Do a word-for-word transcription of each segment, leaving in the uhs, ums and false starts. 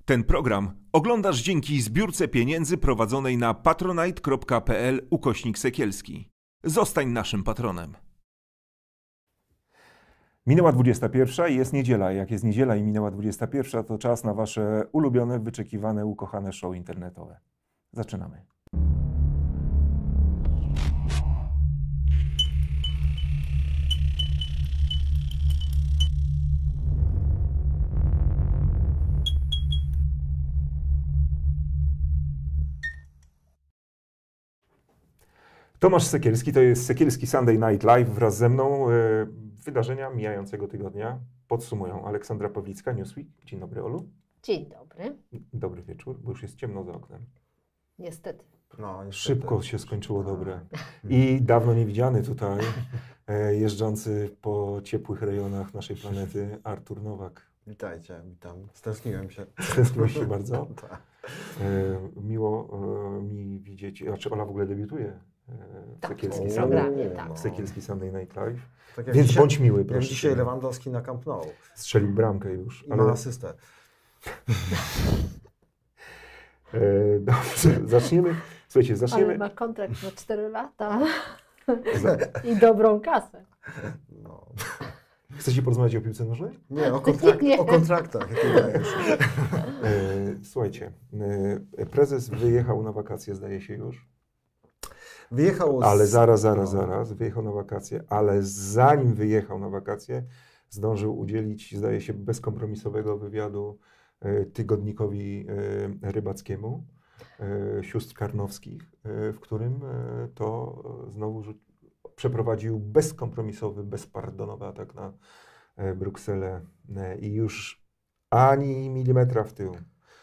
Ten program oglądasz dzięki zbiórce pieniędzy prowadzonej na patronite.pl ukośnik Sekielski. Zostań naszym patronem. Minęła dwudziesta pierwsza i jest niedziela. Jak jest niedziela i minęła dwudziesta pierwsza, to czas na wasze ulubione, wyczekiwane, ukochane show internetowe. Zaczynamy. Tomasz Sekielski, to jest Sekielski Sunday Night Live. Wraz ze mną e, wydarzenia mijającego tygodnia podsumują Aleksandra Pawlicka, Newsweek. Dzień dobry, Olu. Dzień dobry. Dobry wieczór, bo już jest ciemno za oknem. Niestety. No, niestety. Szybko się skończyło dobre. I dawno niewidziany tutaj, e, jeżdżący po ciepłych rejonach naszej planety, Artur Nowak. Witajcie, witam. Stęskniłem się. Stęskniłeś się bardzo? Tak. E, miło e, mi widzieć, a czy Ola w ogóle debiutuje? E, w Tak, Sekielski w Sunday, programie, tak. w Sekielski Sunday Night Live. Tak jak Więc dzisiaj, bądź miły, jak proszę. dzisiaj cię. Lewandowski na Camp Nou. Strzelił bramkę już. I Ale... ma asystę. E, dobrze, zaczniemy. Słuchajcie, zaczniemy. Ale ma kontrakt na cztery lata i dobrą kasę. No. Chcecie porozmawiać o piłce nożnej? Nie, o, kontrakt, Nie. o kontraktach. Jakie dajesz. E, słuchajcie, e, prezes wyjechał na wakacje, zdaje się już. Wyjechał z... Ale zaraz, zaraz, no. zaraz. Wyjechał na wakacje, ale zanim wyjechał na wakacje, zdążył udzielić, zdaje się, bezkompromisowego wywiadu e, tygodnikowi e, rybackiemu e, sióstr Karnowskich, e, w którym e, to znowu rzu- przeprowadził bezkompromisowy, bezpardonowy atak na e, Brukselę e, i już ani milimetra w tył.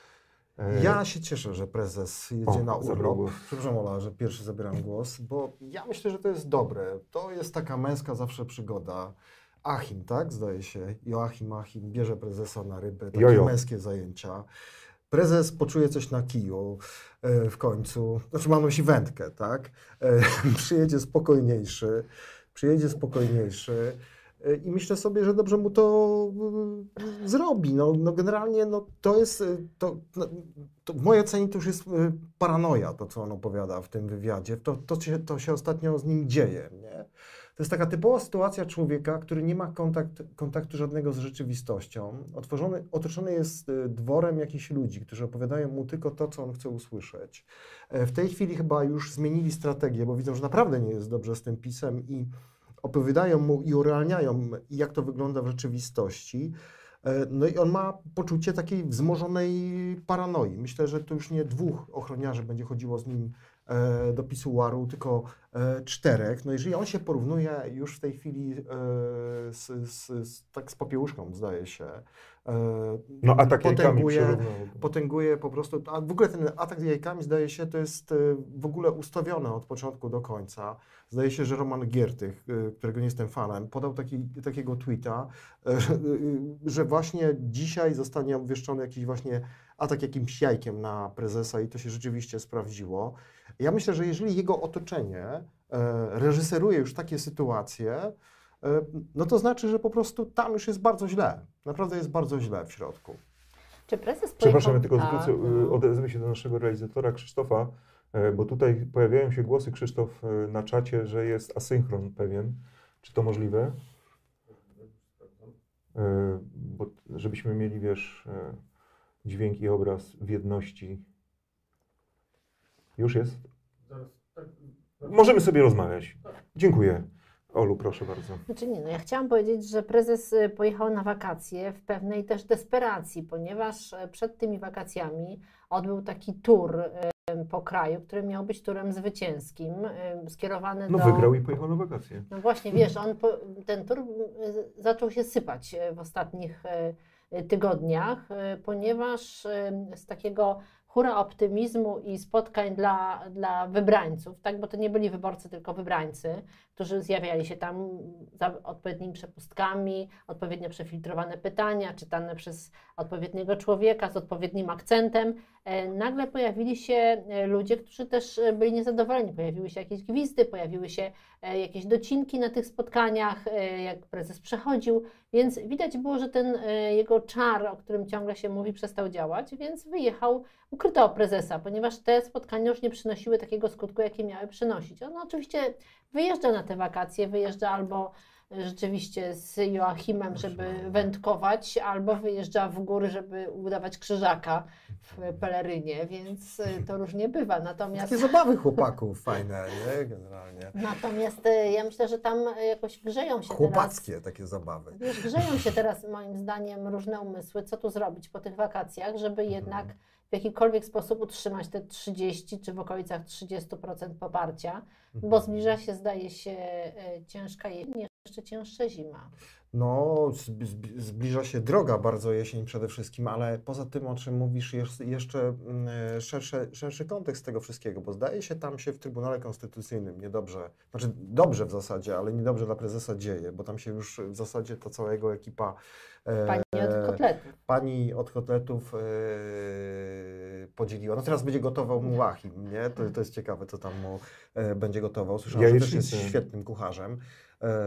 E, Ja się cieszę, że prezes jedzie O, na zabrał urlop. głos. Przepraszam, Ola, że pierwszy zabieram głos, bo ja myślę, że to jest dobre. To jest taka męska zawsze przygoda. Achim, tak? Zdaje się. Joachim Achim bierze prezesa na rybę. Takie Jojo. męskie zajęcia. Prezes poczuje coś na kiju e, w końcu. Znaczy mam na myśli wędkę, tak? E, przyjedzie spokojniejszy. Przyjedzie spokojniejszy. E, I myślę sobie, że dobrze mu to e, zrobi. No, no generalnie no, to jest, e, to, no, to w mojej ocenie to już jest e, paranoja, to co on opowiada w tym wywiadzie. To, to, się, to się ostatnio z nim dzieje, nie? To jest taka typowa sytuacja człowieka, który nie ma kontakt, kontaktu żadnego z rzeczywistością. Otworzony, otoczony jest y, dworem jakichś ludzi, którzy opowiadają mu tylko to, co on chce usłyszeć. E, W tej chwili chyba już zmienili strategię, bo widzą, że naprawdę nie jest dobrze z tym PiS-em i opowiadają mu i urealniają, jak to wygląda w rzeczywistości. E, No i on ma poczucie takiej wzmożonej paranoi. Myślę, że to już nie dwóch ochroniarzy będzie chodziło z nim e, do pisuaru, tylko e, czterech. No jeżeli on się porównuje już w tej chwili e, z, z, z, tak z popiełuszką, zdaje się, e, No atak jajkami potęguje, przyrównał. potęguje po prostu, a w ogóle ten atak z jajkami, zdaje się, to jest e, w ogóle ustawione od początku do końca. Zdaje się, że Roman Giertych, e, którego nie jestem fanem, podał taki, takiego tweeta, e, że właśnie dzisiaj zostanie obwieszczony jakiś właśnie atak jakimś jajkiem na prezesa i to się rzeczywiście sprawdziło. Ja myślę, że jeżeli jego otoczenie e, reżyseruje już takie sytuacje, e, no to znaczy, że po prostu tam już jest bardzo źle. Naprawdę jest bardzo źle w środku. Czy prezes Przepraszam, ja pojechał... tylko zwrócę, A, y, odezwę się do naszego realizatora Krzysztofa, e, bo tutaj pojawiają się głosy, Krzysztof, e, na czacie, że jest asynchron pewien. Czy to możliwe? E, Bo żebyśmy mieli, wiesz, e, dźwięk i obraz w jedności. Już jest? Możemy sobie rozmawiać. Dziękuję. Olu, proszę bardzo. Znaczy nie, no ja chciałam powiedzieć, że prezes y, pojechał na wakacje w pewnej też desperacji, ponieważ y, przed tymi wakacjami odbył taki tour y, po kraju, który miał być turem zwycięskim, y, skierowany No do... wygrał i pojechał na wakacje. No właśnie, wiesz, on po, ten tur y, zaczął się sypać y, w ostatnich y, y, tygodniach, y, ponieważ y, z takiego hura optymizmu i spotkań dla, dla wybrańców, tak, bo to nie byli wyborcy, tylko wybrańcy, którzy którzy zjawiali się tam za odpowiednimi przepustkami, odpowiednio przefiltrowane pytania, czytane przez odpowiedniego człowieka z odpowiednim akcentem. Nagle pojawili się ludzie, którzy też byli niezadowoleni. Pojawiły się jakieś gwizdy, pojawiły się jakieś docinki na tych spotkaniach, jak prezes przechodził, więc widać było, że ten jego czar, o którym ciągle się mówi, przestał działać, więc wyjechał ukryto prezesa, ponieważ te spotkania już nie przynosiły takiego skutku, jaki miały przynosić. On oczywiście wyjeżdża na te wakacje, wyjeżdża albo rzeczywiście z Joachimem, żeby wędkować, albo wyjeżdża w góry, żeby udawać krzyżaka w pelerynie, więc to różnie bywa. Natomiast takie zabawy chłopaków fajne, nie? Generalnie. Natomiast ja myślę, że tam jakoś grzeją się Chłopackie teraz, takie zabawy. Wiesz, grzeją się teraz moim zdaniem różne umysły, co tu zrobić po tych wakacjach, żeby jednak w jakikolwiek sposób utrzymać te trzydzieści czy w okolicach trzydzieści procent poparcia, bo zbliża się, zdaje się, ciężka jesień, jeszcze cięższa zima. No, zbliża się droga bardzo jesień przede wszystkim, ale poza tym, o czym mówisz, jest jeszcze szerszy, szerszy kontekst tego wszystkiego, bo zdaje się tam się w Trybunale Konstytucyjnym niedobrze, znaczy dobrze w zasadzie, ale niedobrze dla prezesa dzieje, bo tam się już w zasadzie ta cała jego ekipa Pani od kotletów. Pani od kotletów e, podzieliła. No teraz będzie gotował mu Joachim, nie? To, to jest ciekawe, co tam mu e, będzie gotował. Słyszałem, że też jest świetnym kucharzem. E, e,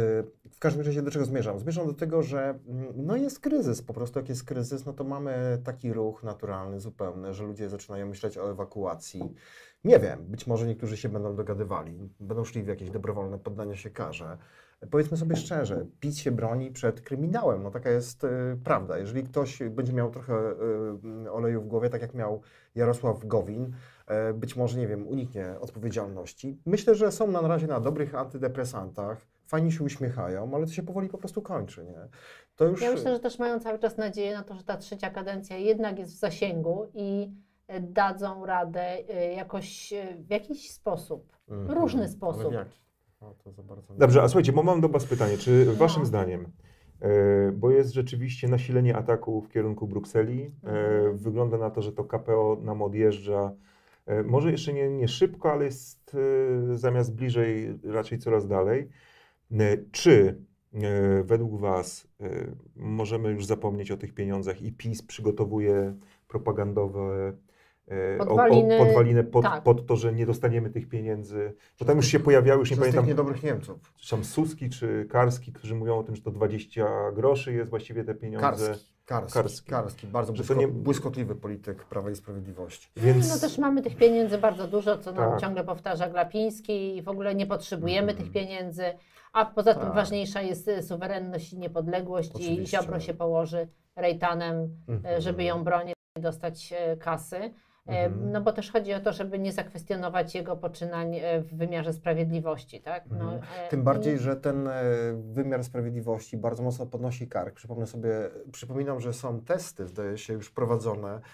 w każdym razie do czego zmierzam? Zmierzam do tego, że no jest kryzys. Po prostu jak jest kryzys, no to mamy taki ruch naturalny, zupełny, że ludzie zaczynają myśleć o ewakuacji. Nie wiem, być może niektórzy się będą dogadywali, będą szli w jakieś dobrowolne poddanie się karze. Powiedzmy sobie szczerze, PiS się broni przed kryminałem, no taka jest y, prawda. Jeżeli ktoś będzie miał trochę y, oleju w głowie, tak jak miał Jarosław Gowin, y, być może, nie wiem, uniknie odpowiedzialności. Myślę, że są na razie na dobrych antydepresantach, fajnie się uśmiechają, ale to się powoli po prostu kończy, nie? To już... Ja myślę, że też mają cały czas nadzieję na to, że ta trzecia kadencja jednak jest w zasięgu i dadzą radę jakoś, w jakiś sposób, w różny mm-hmm. sposób. Ale w jaki? No, to za bardzo nie... Dobrze, a słuchajcie, bo mam do Was pytanie, czy No. Waszym zdaniem, e, bo jest rzeczywiście nasilenie ataku w kierunku Brukseli, e, Mhm. wygląda na to, że to K P O nam odjeżdża, e, może jeszcze nie, nie szybko, ale jest e, zamiast bliżej raczej coraz dalej. E, czy e, według Was e, możemy już zapomnieć o tych pieniądzach i PiS przygotowuje propagandowe e, Podwaliny, o, o, podwalinę pod, tak. pod to, że nie dostaniemy tych pieniędzy? Bo tam już się pojawiały, już nie Przez pamiętam, tych niedobrych Niemców. czy tam Suski czy Karski, którzy mówią o tym, że to dwadzieścia groszy jest właściwie te pieniądze. Karski, Karski, Karski. Karski, bardzo Że to błysko, nie- błyskotliwy polityk Prawa i Sprawiedliwości. Więc No też mamy tych pieniędzy bardzo dużo, co nam Tak. ciągle powtarza Glapiński i w ogóle nie potrzebujemy Mhm. tych pieniędzy, a poza tym Tak. ważniejsza jest y, suwerenność i niepodległość i Oczywiście. Ziobro się położy rejtanem, Mhm. y, żeby ją bronić i dostać y, kasy. Y, Mhm. No bo też chodzi o to, żeby nie zakwestionować jego poczynań y, w wymiarze sprawiedliwości, tak? No, Mhm. y, Tym i- bardziej, że ten e, wymiar sprawiedliwości bardzo mocno podnosi kark. Przypomnę sobie, przypominam, że są testy, zdaje się, już prowadzone e,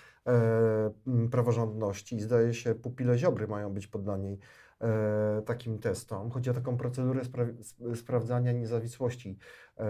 m, praworządności i zdaje się, pupile Ziobry mają być poddani e, takim testom. Chodzi o taką procedurę spra- sp- sprawdzania niezawisłości e,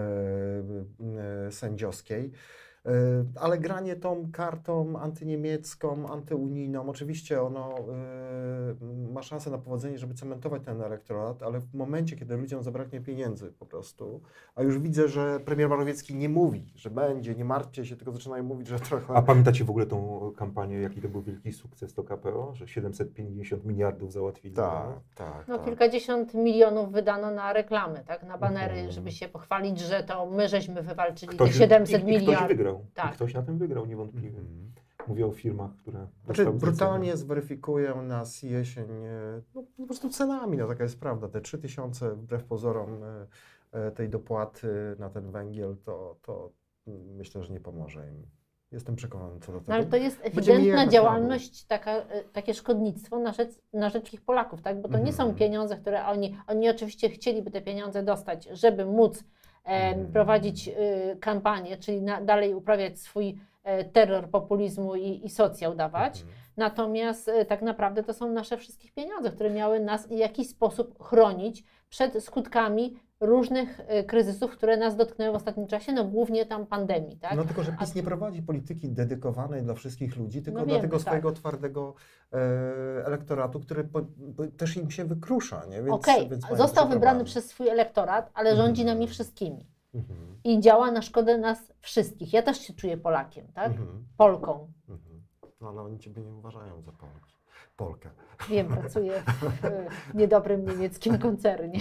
e, sędziowskiej. E, Ale granie tą kartą antyniemiecką, antyunijną, oczywiście ono e, ma szansę na powodzenie, żeby cementować ten elektorat, ale w momencie, kiedy ludziom zabraknie pieniędzy po prostu, a już widzę, że premier Morawiecki nie mówi, że będzie, nie martwcie się, tylko zaczynają mówić, że trochę... a pamiętacie w ogóle tą kampanię, jaki to był wielki sukces to K P O, że siedemset pięćdziesiąt miliardów załatwili? Tak, tak, No tak. kilkadziesiąt milionów wydano na reklamy, tak? Na banery, Mhm. żeby się pochwalić, że to my żeśmy wywalczyli Ktoś, te siedemset i, i ktoś miliardów. wygrał. Tak. I ktoś na tym wygrał niewątpliwie. Mhm. Mówię o firmach, które Znaczy, dostały brutalnie zlecenia. zweryfikują nas jesień e, no, po prostu cenami, no taka jest prawda. Te trzy tysiące wbrew pozorom e, e, tej dopłaty na ten węgiel, to, to mm, myślę, że nie pomoże im. Jestem przekonany co do tego. No ale to jest Będzie ewidentna mijać działalność, taka, e, takie szkodnictwo na rzecz, na rzecz ich Polaków, tak? Bo to nie są Mhm. pieniądze, które oni, oni oczywiście chcieliby te pieniądze dostać, żeby móc e, Mhm. prowadzić e, kampanię, czyli na, dalej uprawiać swój e, terror populizmu i, i socjal dawać. Mhm. Natomiast e, tak naprawdę to są nasze wszystkich pieniądze, które miały nas w jakiś sposób chronić przed skutkami różnych y, kryzysów, które nas dotknęły w ostatnim czasie, no głównie tam pandemii, tak? No tylko, że PiS A- nie prowadzi polityki dedykowanej dla wszystkich ludzi, tylko No dla wiemy, tego tak. swojego twardego e, elektoratu, który po, po, też im się wykrusza, nie? Więc, Okej, więc mają został duże wybrany problemy. przez swój elektorat, ale Mhm. rządzi nami wszystkimi Mhm. i działa na szkodę nas wszystkich. Ja też się czuję Polakiem, tak? Mhm. Polką. Mhm. No ale oni ciebie nie uważają za Polki. Polkę. Wiem, pracuję w, w niedobrym niemieckim koncernie.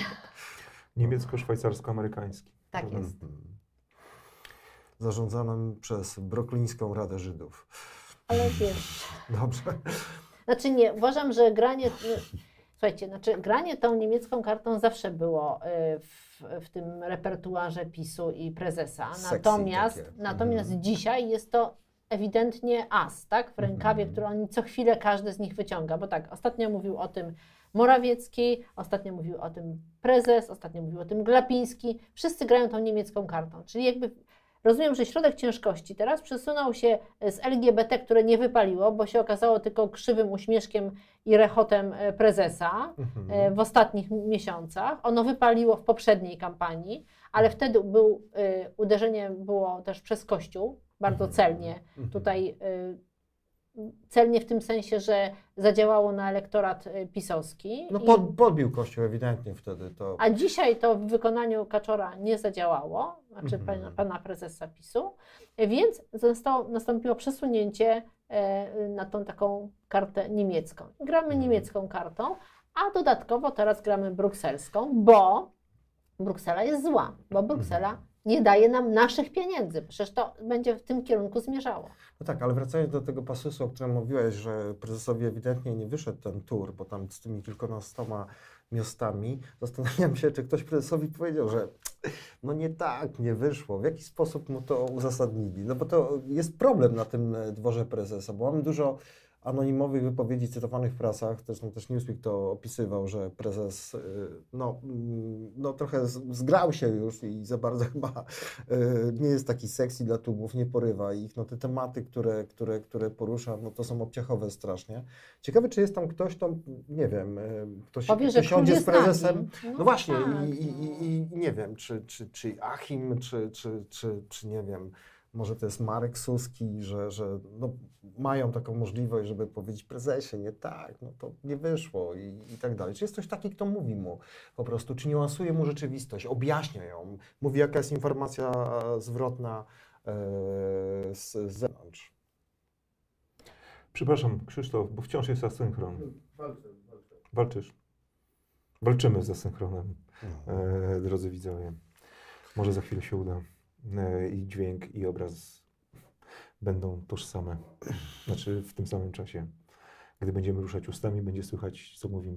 Niemiecko-szwajcarsko-amerykański. Tak jest. Mhm. Zarządzanym przez Brooklyńską Radę Żydów. Ale wiesz, Dobrze. znaczy nie, uważam, że granie, no, słuchajcie, znaczy granie tą niemiecką kartą zawsze było y, w, w tym repertuarze PiSu i prezesa. Sexy Natomiast, takie. natomiast Mhm. dzisiaj jest to ewidentnie as, tak, w rękawie, Mhm. który oni co chwilę każdy z nich wyciąga, bo tak, ostatnio mówił o tym Morawiecki, ostatnio mówił o tym prezes, ostatnio mówił o tym Glapiński, wszyscy grają tą niemiecką kartą, czyli jakby rozumiem, że środek ciężkości teraz przesunął się z L G B T, które nie wypaliło, bo się okazało tylko krzywym uśmieszkiem i rechotem e, prezesa Mhm. e, w ostatnich miesiącach. Ono wypaliło w poprzedniej kampanii, ale wtedy był, e, uderzenie było też przez Kościół, bardzo Mhm. celnie. Mhm. Tutaj e, celnie w tym sensie, że zadziałało na elektorat e, pisowski. No I- pod, podbił Kościół ewidentnie wtedy to. a dzisiaj to w wykonaniu Kaczora nie zadziałało, znaczy Mhm. pana, pana prezesa PiSu, więc zostało, nastąpiło przesunięcie e, na tą taką kartę niemiecką. Gramy Mhm. niemiecką kartą, a dodatkowo teraz gramy brukselską, bo Bruksela jest zła, bo Bruksela Mhm. nie daje nam naszych pieniędzy. Przecież to będzie w tym kierunku zmierzało. No tak, ale wracając do tego pasusu, o którym mówiłeś, że prezesowi ewidentnie nie wyszedł ten tour, bo tam z tymi kilkunastoma miastami, zastanawiam się, czy ktoś prezesowi powiedział, że no nie tak, nie wyszło. W jaki sposób mu to uzasadnili? No bo to jest problem na tym dworze prezesa, bo mamy dużo anonimowych wypowiedzi cytowanych w prasach, zresztą też Newsweek to opisywał, że prezes y, no, mm, no trochę z- zgrał się już i za bardzo chyba y, nie jest taki sexy dla tłumów, nie porywa ich. No te tematy, które, które, które porusza, no to są obciachowe strasznie. Ciekawe, czy jest tam ktoś, to nie wiem, y, ktoś, Powie, kto że król siądzie z jest prezesem. nagi. No właśnie tak, i, i, i, i nie wiem, czy, czy, czy Achim, czy, czy, czy, czy nie wiem, może to jest Marek Suski, że, że no, mają taką możliwość, żeby powiedzieć prezesie, nie tak, no to nie wyszło i, i tak dalej. Czy jest ktoś taki, kto mówi mu po prostu, czy niuansuje mu rzeczywistość, objaśnia ją, mówi jaka jest informacja zwrotna e, z, z zewnątrz. Przepraszam, Krzysztof, bo wciąż jest asynchron. Walczysz. Walczymy z asynchronem, e, drodzy widzowie. Może za chwilę się uda. E, I dźwięk, i obraz będą tożsame. Znaczy w tym samym czasie. Gdy będziemy ruszać ustami, będzie słychać, co mówimy.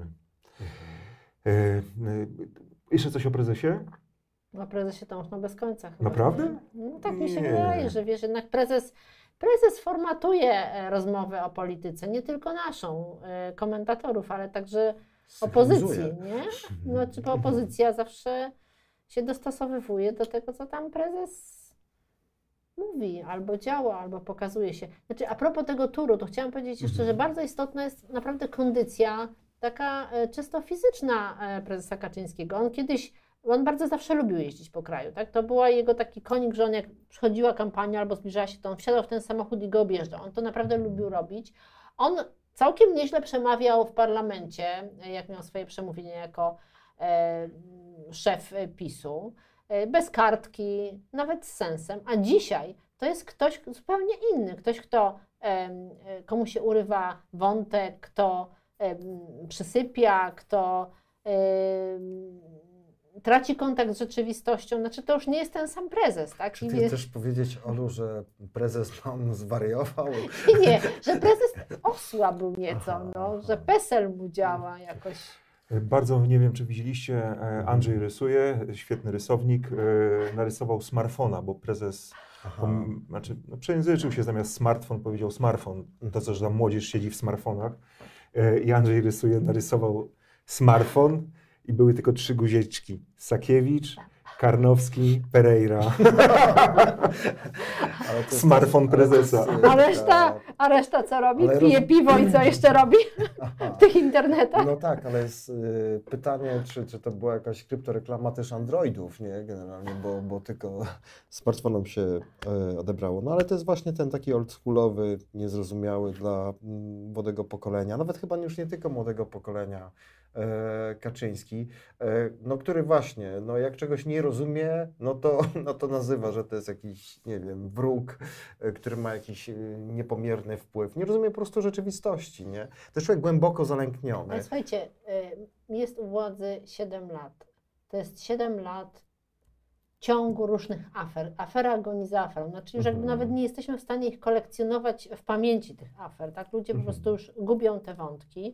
E, e, jeszcze coś o prezesie? O prezesie to można bez końca chyba. Naprawdę? No tak mi się Nie. wydaje, że wiesz, jednak prezes, prezes formatuje e, rozmowę o polityce, nie tylko naszą, e, komentatorów, ale także opozycji, Synchronizuje. nie? Znaczy, bo opozycja zawsze się dostosowywuje do tego, co tam prezes mówi, albo działa, albo pokazuje się. Znaczy, a propos tego turu, to chciałam powiedzieć jeszcze, że bardzo istotna jest naprawdę kondycja taka e, czysto fizyczna e, prezesa Kaczyńskiego. On kiedyś, on bardzo zawsze lubił jeździć po kraju, tak? To była jego taki konik, że on jak przychodziła kampania albo zbliżała się, to on wsiadał w ten samochód i go objeżdżał. On to naprawdę lubił robić. On całkiem nieźle przemawiał w parlamencie, jak miał swoje przemówienie jako e, szef PiSu, e, bez kartki, nawet z sensem. A dzisiaj to jest ktoś zupełnie inny, ktoś, kto, e, komu się urywa wątek, kto e, przysypia, kto e, traci kontakt z rzeczywistością. Znaczy to już nie jest ten sam prezes, tak? Czy I ty wie- chcesz powiedzieć, Olu, że prezes nam zwariował? Nie, że prezes osłabł nieco, Aha, no, aha. że PESEL mu działa jakoś. Bardzo nie wiem, czy widzieliście, e, Andrzej rysuje, świetny rysownik, e, narysował smartfona, bo prezes Aha. pom, znaczy, no, przejęzyczył się, zamiast smartfon powiedział smartfon. To co, że tam młodzież siedzi w smartfonach. E, I Andrzej rysuje, narysował smartfon i były tylko trzy guziczki. Sakiewicz, Karnowski, Pereira. Smartfon prezesa. A reszta, a reszta co robi? Ale Pije roz- piwo i co jeszcze robi w tych internetach? No tak, ale jest y, pytanie, czy, czy to była jakaś kryptoreklama też Androidów, nie? Generalnie, bo, bo tylko smartfonom się y, odebrało. No ale to jest właśnie ten taki oldschoolowy, niezrozumiały dla mm, młodego pokolenia, nawet chyba już nie tylko młodego pokolenia, e, Kaczyński, e, no który właśnie, no jak czegoś nie rozumie, no to, no to nazywa, że to jest jakiś, nie wiem, wróg, e, który ma jakiś e, niepomierny wpływ. Nie rozumie po prostu rzeczywistości, nie? To jest człowiek głęboko zalękniony. Ale słuchajcie, y, jest u władzy siedem lat. To jest siedem lat ciągu różnych afer. Afera goni za aferą. Znaczy już jakby Mhm. nawet nie jesteśmy w stanie ich kolekcjonować w pamięci tych afer. Tak? Ludzie po Mhm. prostu już gubią te wątki.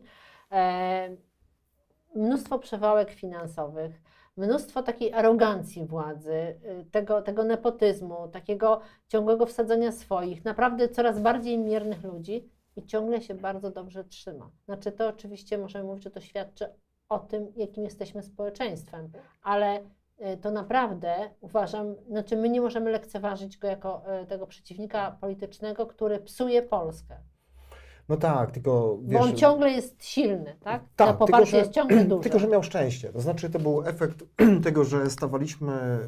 E, mnóstwo przewałek finansowych, mnóstwo takiej arogancji władzy, y, tego, tego nepotyzmu, takiego ciągłego wsadzania swoich, naprawdę coraz bardziej miernych ludzi i ciągle się bardzo dobrze trzyma. Znaczy to oczywiście możemy mówić, że to świadczy o tym, jakim jesteśmy społeczeństwem, ale y, to naprawdę uważam, znaczy my nie możemy lekceważyć go jako y, tego przeciwnika politycznego, który psuje Polskę. No tak, tylko Bo on wiesz, ciągle jest silny, tak? Tak, To poparcie tylko, że, jest ciągle duże. tylko że miał szczęście. To znaczy to był efekt tego, że stawaliśmy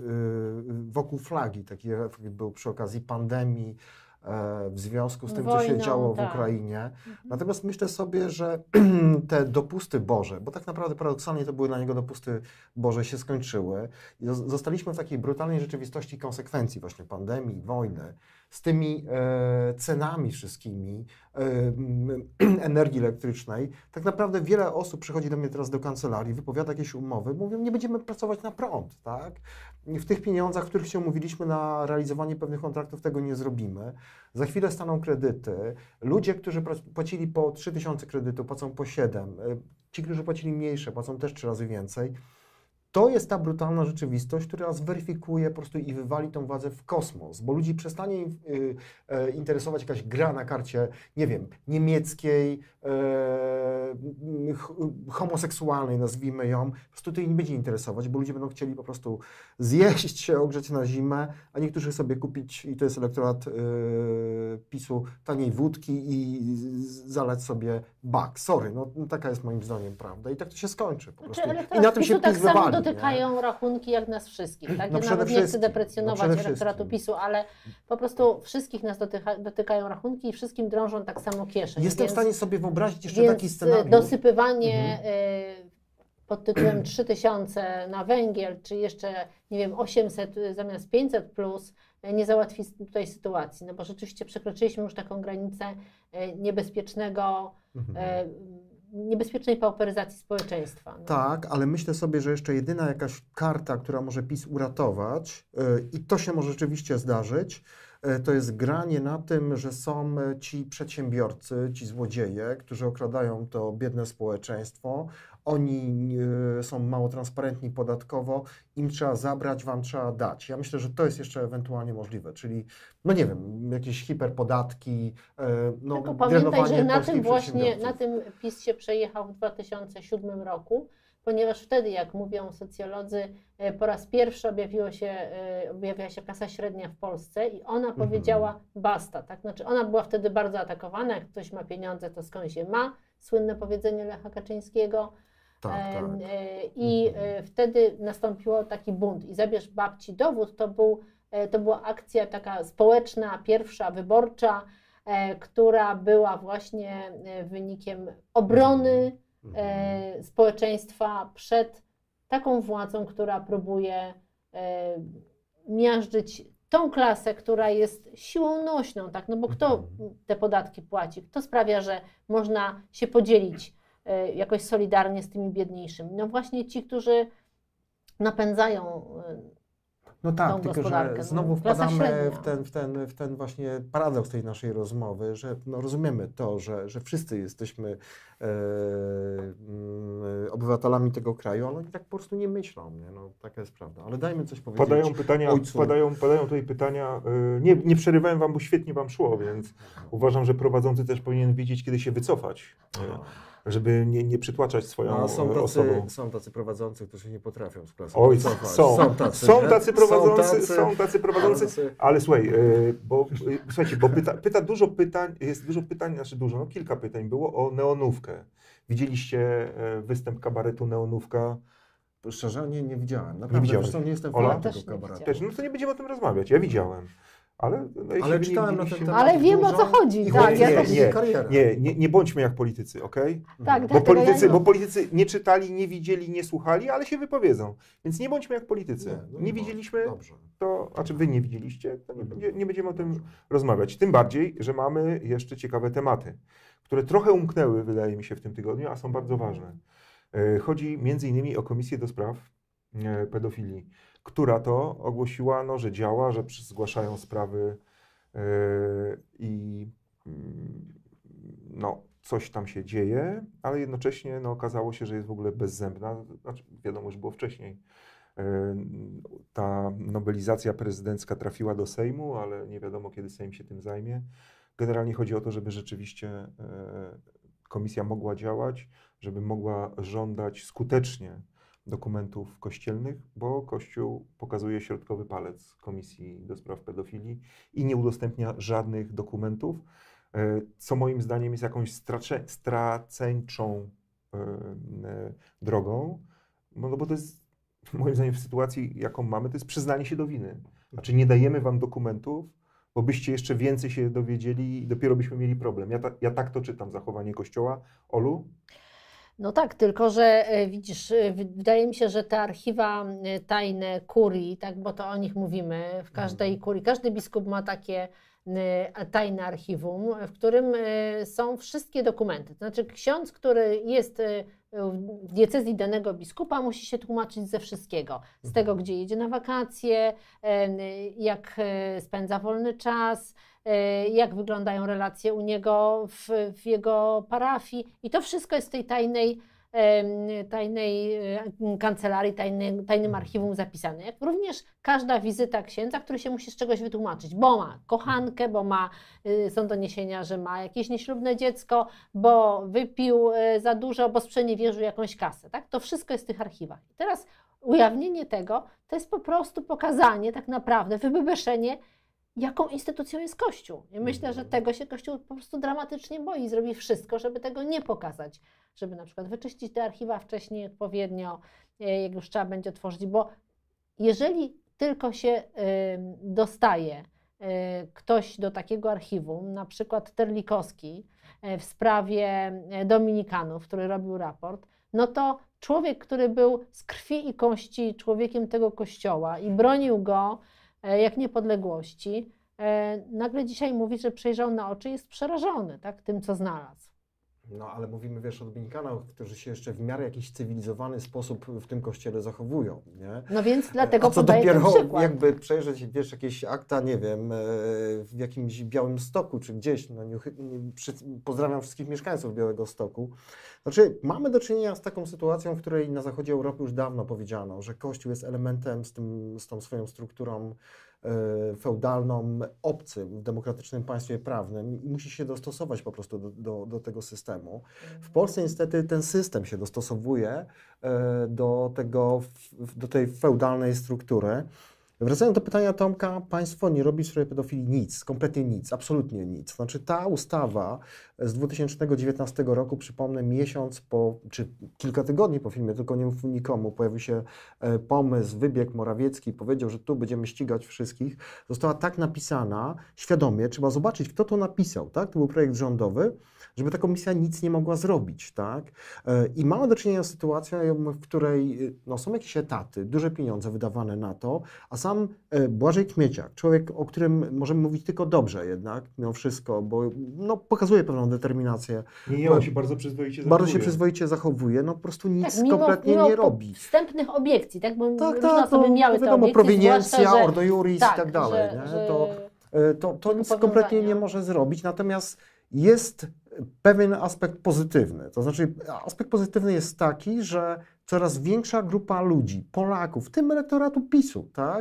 y, wokół flagi. Taki efekt był przy okazji pandemii, e, w związku z tym, co się Wojną, działo w tak. Ukrainie. Mhm. Natomiast myślę sobie, że te dopusty Boże, bo tak naprawdę paradoksalnie to były dla niego dopusty Boże, się skończyły. I zos- zostaliśmy w takiej brutalnej rzeczywistości konsekwencji właśnie pandemii, wojny, z tymi e, cenami wszystkimi e, m, energii elektrycznej. Tak naprawdę wiele osób przychodzi do mnie teraz do kancelarii, wypowiada jakieś umowy, mówią, nie będziemy pracować na prąd, tak? I w tych pieniądzach, których się umówiliśmy na realizowanie pewnych kontraktów, tego nie zrobimy. Za chwilę staną kredyty. Ludzie, którzy prac- płacili po trzy tysiące kredytu, płacą po siedem. E, Ci, którzy płacili mniejsze, płacą też trzy razy więcej. To jest ta brutalna rzeczywistość, która zweryfikuje po prostu i wywali tą władzę w kosmos, bo ludzi przestanie y, y, interesować jakaś gra na karcie, nie wiem, niemieckiej, y, ch- homoseksualnej, nazwijmy ją. Po prostu to ich nie będzie interesować, bo ludzie będą chcieli po prostu zjeść się, ogrzeć na zimę, a niektórzy sobie kupić, i to jest elektorat y, PiSu, taniej wódki i z- zalać sobie bak. Sorry, no taka jest moim zdaniem prawda i tak to się skończy po prostu. Znaczy, I na tym się PiSu tak PiS samo wywali, nie? dotykają rachunki jak nas wszystkich. Tak? No Ja przede nawet nie chcę wszystkim, deprecjonować no przede elektoratu wszystkim. PiSu, ale po prostu wszystkich nas dotyka, dotykają rachunki i wszystkim drążą tak samo kieszeń. Jestem więc, w stanie sobie wyobrazić jeszcze więc taki scenariusz. dosypywanie Mhm. y, pod tytułem trzy tysiące na węgiel, czy jeszcze, nie wiem, osiemset zamiast pięćset plus, y, nie załatwi tutaj sytuacji. No bo rzeczywiście przekroczyliśmy już taką granicę y, niebezpiecznego, Mhm. y, niebezpiecznej pauperyzacji społeczeństwa. No. Tak, ale myślę sobie, że jeszcze jedyna jakaś karta, która może PiS uratować, yy, i to się może rzeczywiście zdarzyć, yy, to jest granie na tym, że są yy, ci przedsiębiorcy, ci złodzieje, którzy okradają to biedne społeczeństwo. Oni yy, są mało transparentni podatkowo, im trzeba zabrać, wam trzeba dać. Ja myślę, że to jest jeszcze ewentualnie możliwe, czyli, no nie wiem, jakieś hiperpodatki, yy, no, Tylko pamiętaj, drenowanie że na polskich tym właśnie, przedsiębiorców. na tym PiS się przejechał w dwa tysiące siódmym roku, ponieważ wtedy, jak mówią socjolodzy, e, po raz pierwszy objawiło się, e, objawiła się klasa średnia w Polsce i ona Mhm. powiedziała basta, tak? Znaczy ona była wtedy bardzo atakowana, jak ktoś ma pieniądze, to skąd je ma? Słynne powiedzenie Lecha Kaczyńskiego. Tak, tak. E, e, I e, wtedy nastąpiło taki bunt i zabierz babci dowód, to, był, e, to była akcja taka społeczna, pierwsza, wyborcza, e, która była właśnie e, wynikiem obrony e, społeczeństwa przed taką władzą, która próbuje e, miażdżyć tą klasę, która jest siłą nośną, tak? No bo kto te podatki płaci? Kto sprawia, że można się podzielić e, jakoś solidarnie z tymi biedniejszymi? No właśnie ci, którzy napędzają e, No tak, tą tylko gospodarkę, że no, znowu klasa wpadamy średnia. w ten, w, ten, w ten właśnie paradoks tej naszej rozmowy, że no rozumiemy to, że, że wszyscy jesteśmy e, mm, obywatelami tego kraju, ale oni tak po prostu nie myślą, nie? No, taka jest prawda. Ale dajmy coś powiedzieć. Padają pytania, ojcu. padają, padają tutaj pytania. y, Nie, nie przerywałem wam, bo świetnie wam szło, więc uważam, że prowadzący też powinien wiedzieć, kiedy się wycofać. Y, żeby nie, nie przytłaczać swoją No, są, tacy, osobą. są tacy prowadzący, którzy nie potrafią z klasy Oj, wycofać. są, są tacy, są nie? tacy prowadzący, są tacy, są tacy prowadzący, ale słuchaj, y, bo y, słuchajcie, bo pyta, pyta dużo pytań, jest dużo pytań, znaczy dużo, no kilka pytań było o neonówkę. Widzieliście y, występ kabaretu Neonówka? Szczerze, nie, nie widziałem. Naprawdę, Nie widziałem. Zresztą nie jestem Ola? fanem Też tego nie kabaretu. Też, no to nie będziemy o tym rozmawiać, ja widziałem. Ale, no, jeśli Ale wy nie czytałem na ten widzieliście- temat. Ale wiem, o dużo co chodzi, i tak, chodzi ja o też- nie, karierę. nie, nie, nie bądźmy jak politycy, okej? Tak, Bo dlatego politycy, ja bo nie. politycy nie czytali, nie widzieli, nie słuchali, ale się wypowiedzą. Więc nie bądźmy jak politycy. Nie, Nie, no nie widzieliśmy, Dobrze. to, a czy wy nie widzieliście, to nie, Mhm. będzie, nie będziemy o tym Dobrze. rozmawiać. Tym bardziej, że mamy jeszcze ciekawe tematy, które trochę umknęły, wydaje mi się, w tym tygodniu, a są bardzo ważne. E, Chodzi między innymi o Komisję do Spraw e, Pedofilii, która to ogłosiła, no, że działa, że przy- zgłaszają sprawy e, i mm, no, coś tam się dzieje, ale jednocześnie no, okazało się, że jest w ogóle bezzębna. Znaczy, wiadomo, że było wcześniej. E, Ta nowelizacja prezydencka trafiła do Sejmu, ale nie wiadomo, kiedy Sejm się tym zajmie. Generalnie chodzi o to, żeby rzeczywiście e, komisja mogła działać, żeby mogła żądać skutecznie dokumentów kościelnych, bo Kościół pokazuje środkowy palec Komisji do Spraw Pedofilii i nie udostępnia żadnych dokumentów, e, co moim zdaniem jest jakąś stracze, straceńczą e, e, drogą, no, no bo to jest moim zdaniem w sytuacji, jaką mamy, to jest przyznanie się do winy. Znaczy nie dajemy wam dokumentów, bo byście jeszcze więcej się dowiedzieli i dopiero byśmy mieli problem. Ja, ta, ja tak to czytam, zachowanie Kościoła. Olu? No tak, tylko że e, widzisz, e, wy- wydaje mi się, że te archiwa e, tajne kurii, tak, bo to o nich mówimy, w każdej kurii, każdy biskup ma takie e, tajne archiwum, w którym e, są wszystkie dokumenty. To znaczy ksiądz, który jest e, w diecezji danego biskupa, musi się tłumaczyć ze wszystkiego. Z tego, gdzie jedzie na wakacje, e, jak e, spędza wolny czas, e, jak wyglądają relacje u niego w, w jego parafii. I to wszystko jest w tej tajnej, em, tajnej e, kancelarii, tajny, tajnym archiwum zapisane. Jak również każda wizyta księdza, który się musi z czegoś wytłumaczyć, bo ma kochankę, bo ma, y, są doniesienia, że ma jakieś nieślubne dziecko, bo wypił y, za dużo, bo sprzeniewierzył jakąś kasę. Tak? To wszystko jest w tych archiwach. I teraz ujawnienie tego to jest po prostu pokazanie, tak naprawdę, wybebeszenie, jaką instytucją jest Kościół. I myślę, że tego się Kościół po prostu dramatycznie boi i zrobi wszystko, żeby tego nie pokazać. Żeby na przykład wyczyścić te archiwa wcześniej odpowiednio, y, jak już trzeba będzie otworzyć, bo jeżeli tylko się y, dostaje y, ktoś do takiego archiwum, na przykład Terlikowski y, w sprawie y, Dominikanów, który robił raport, no to człowiek, który był z krwi i kości człowiekiem tego kościoła i bronił go y, jak niepodległości, y, nagle dzisiaj mówi, że przejrzał na oczy i jest przerażony, tak, tym, co znalazł. No ale mówimy, wiesz, o Dominikanach, którzy się jeszcze w miarę jakiś cywilizowany sposób w tym kościele zachowują, nie? No więc dlatego A co podaję ten dopiero przykład. jakby przejrzeć, wiesz, jakieś akta, nie wiem, e, w jakimś Białymstoku czy gdzieś, no nie, nie, przy, pozdrawiam wszystkich mieszkańców Białegostoku. Znaczy, mamy do czynienia z taką sytuacją, w której na zachodzie Europy już dawno powiedziano, że Kościół jest elementem z, tym, z tą swoją strukturą e, feudalną, obcym w demokratycznym państwie prawnym i musi się dostosować po prostu do, do, do tego systemu. W Polsce niestety ten system się dostosowuje e, do, tego, f- do tej feudalnej struktury. Wracając do pytania Tomka, państwo nie robi w sprawie pedofilii nic, kompletnie nic, absolutnie nic. Znaczy ta ustawa z dwa tysiące dziewiętnastego roku, przypomnę, miesiąc po, czy kilka tygodni po filmie, tylko nie mów nikomu, pojawił się e, pomysł, wybieg Morawiecki, powiedział, że tu będziemy ścigać wszystkich. Została tak napisana, świadomie, trzeba zobaczyć, kto to napisał, tak? To był projekt rządowy, żeby ta komisja nic nie mogła zrobić, tak? E, I mamy do czynienia z sytuacją, w której no, są jakieś etaty, duże pieniądze wydawane na to, a sam e, Błażej Kmieciak, człowiek, o którym możemy mówić tylko dobrze jednak, mimo wszystko, bo no, pokazuje pewną determinację. Nie, nie, on się bardzo przyzwoicie Bardzo się zachowuje. przyzwoicie zachowuje, no po prostu nic Tak, mimo, kompletnie mimo nie po- robi. wstępnych obiekcji, tak? Bo Tak, różne tak, osoby no, miały te wiadomo, obiekcje, prowiniencja, zwłaszcza, że- ordo juris tak, i tak dalej, że- nie? że- To, e, to, to nic powiązania. kompletnie nie może zrobić, natomiast jest pewien aspekt pozytywny. To znaczy aspekt pozytywny jest taki, że coraz większa grupa ludzi, Polaków, w tym elektoratu PiSu, tak,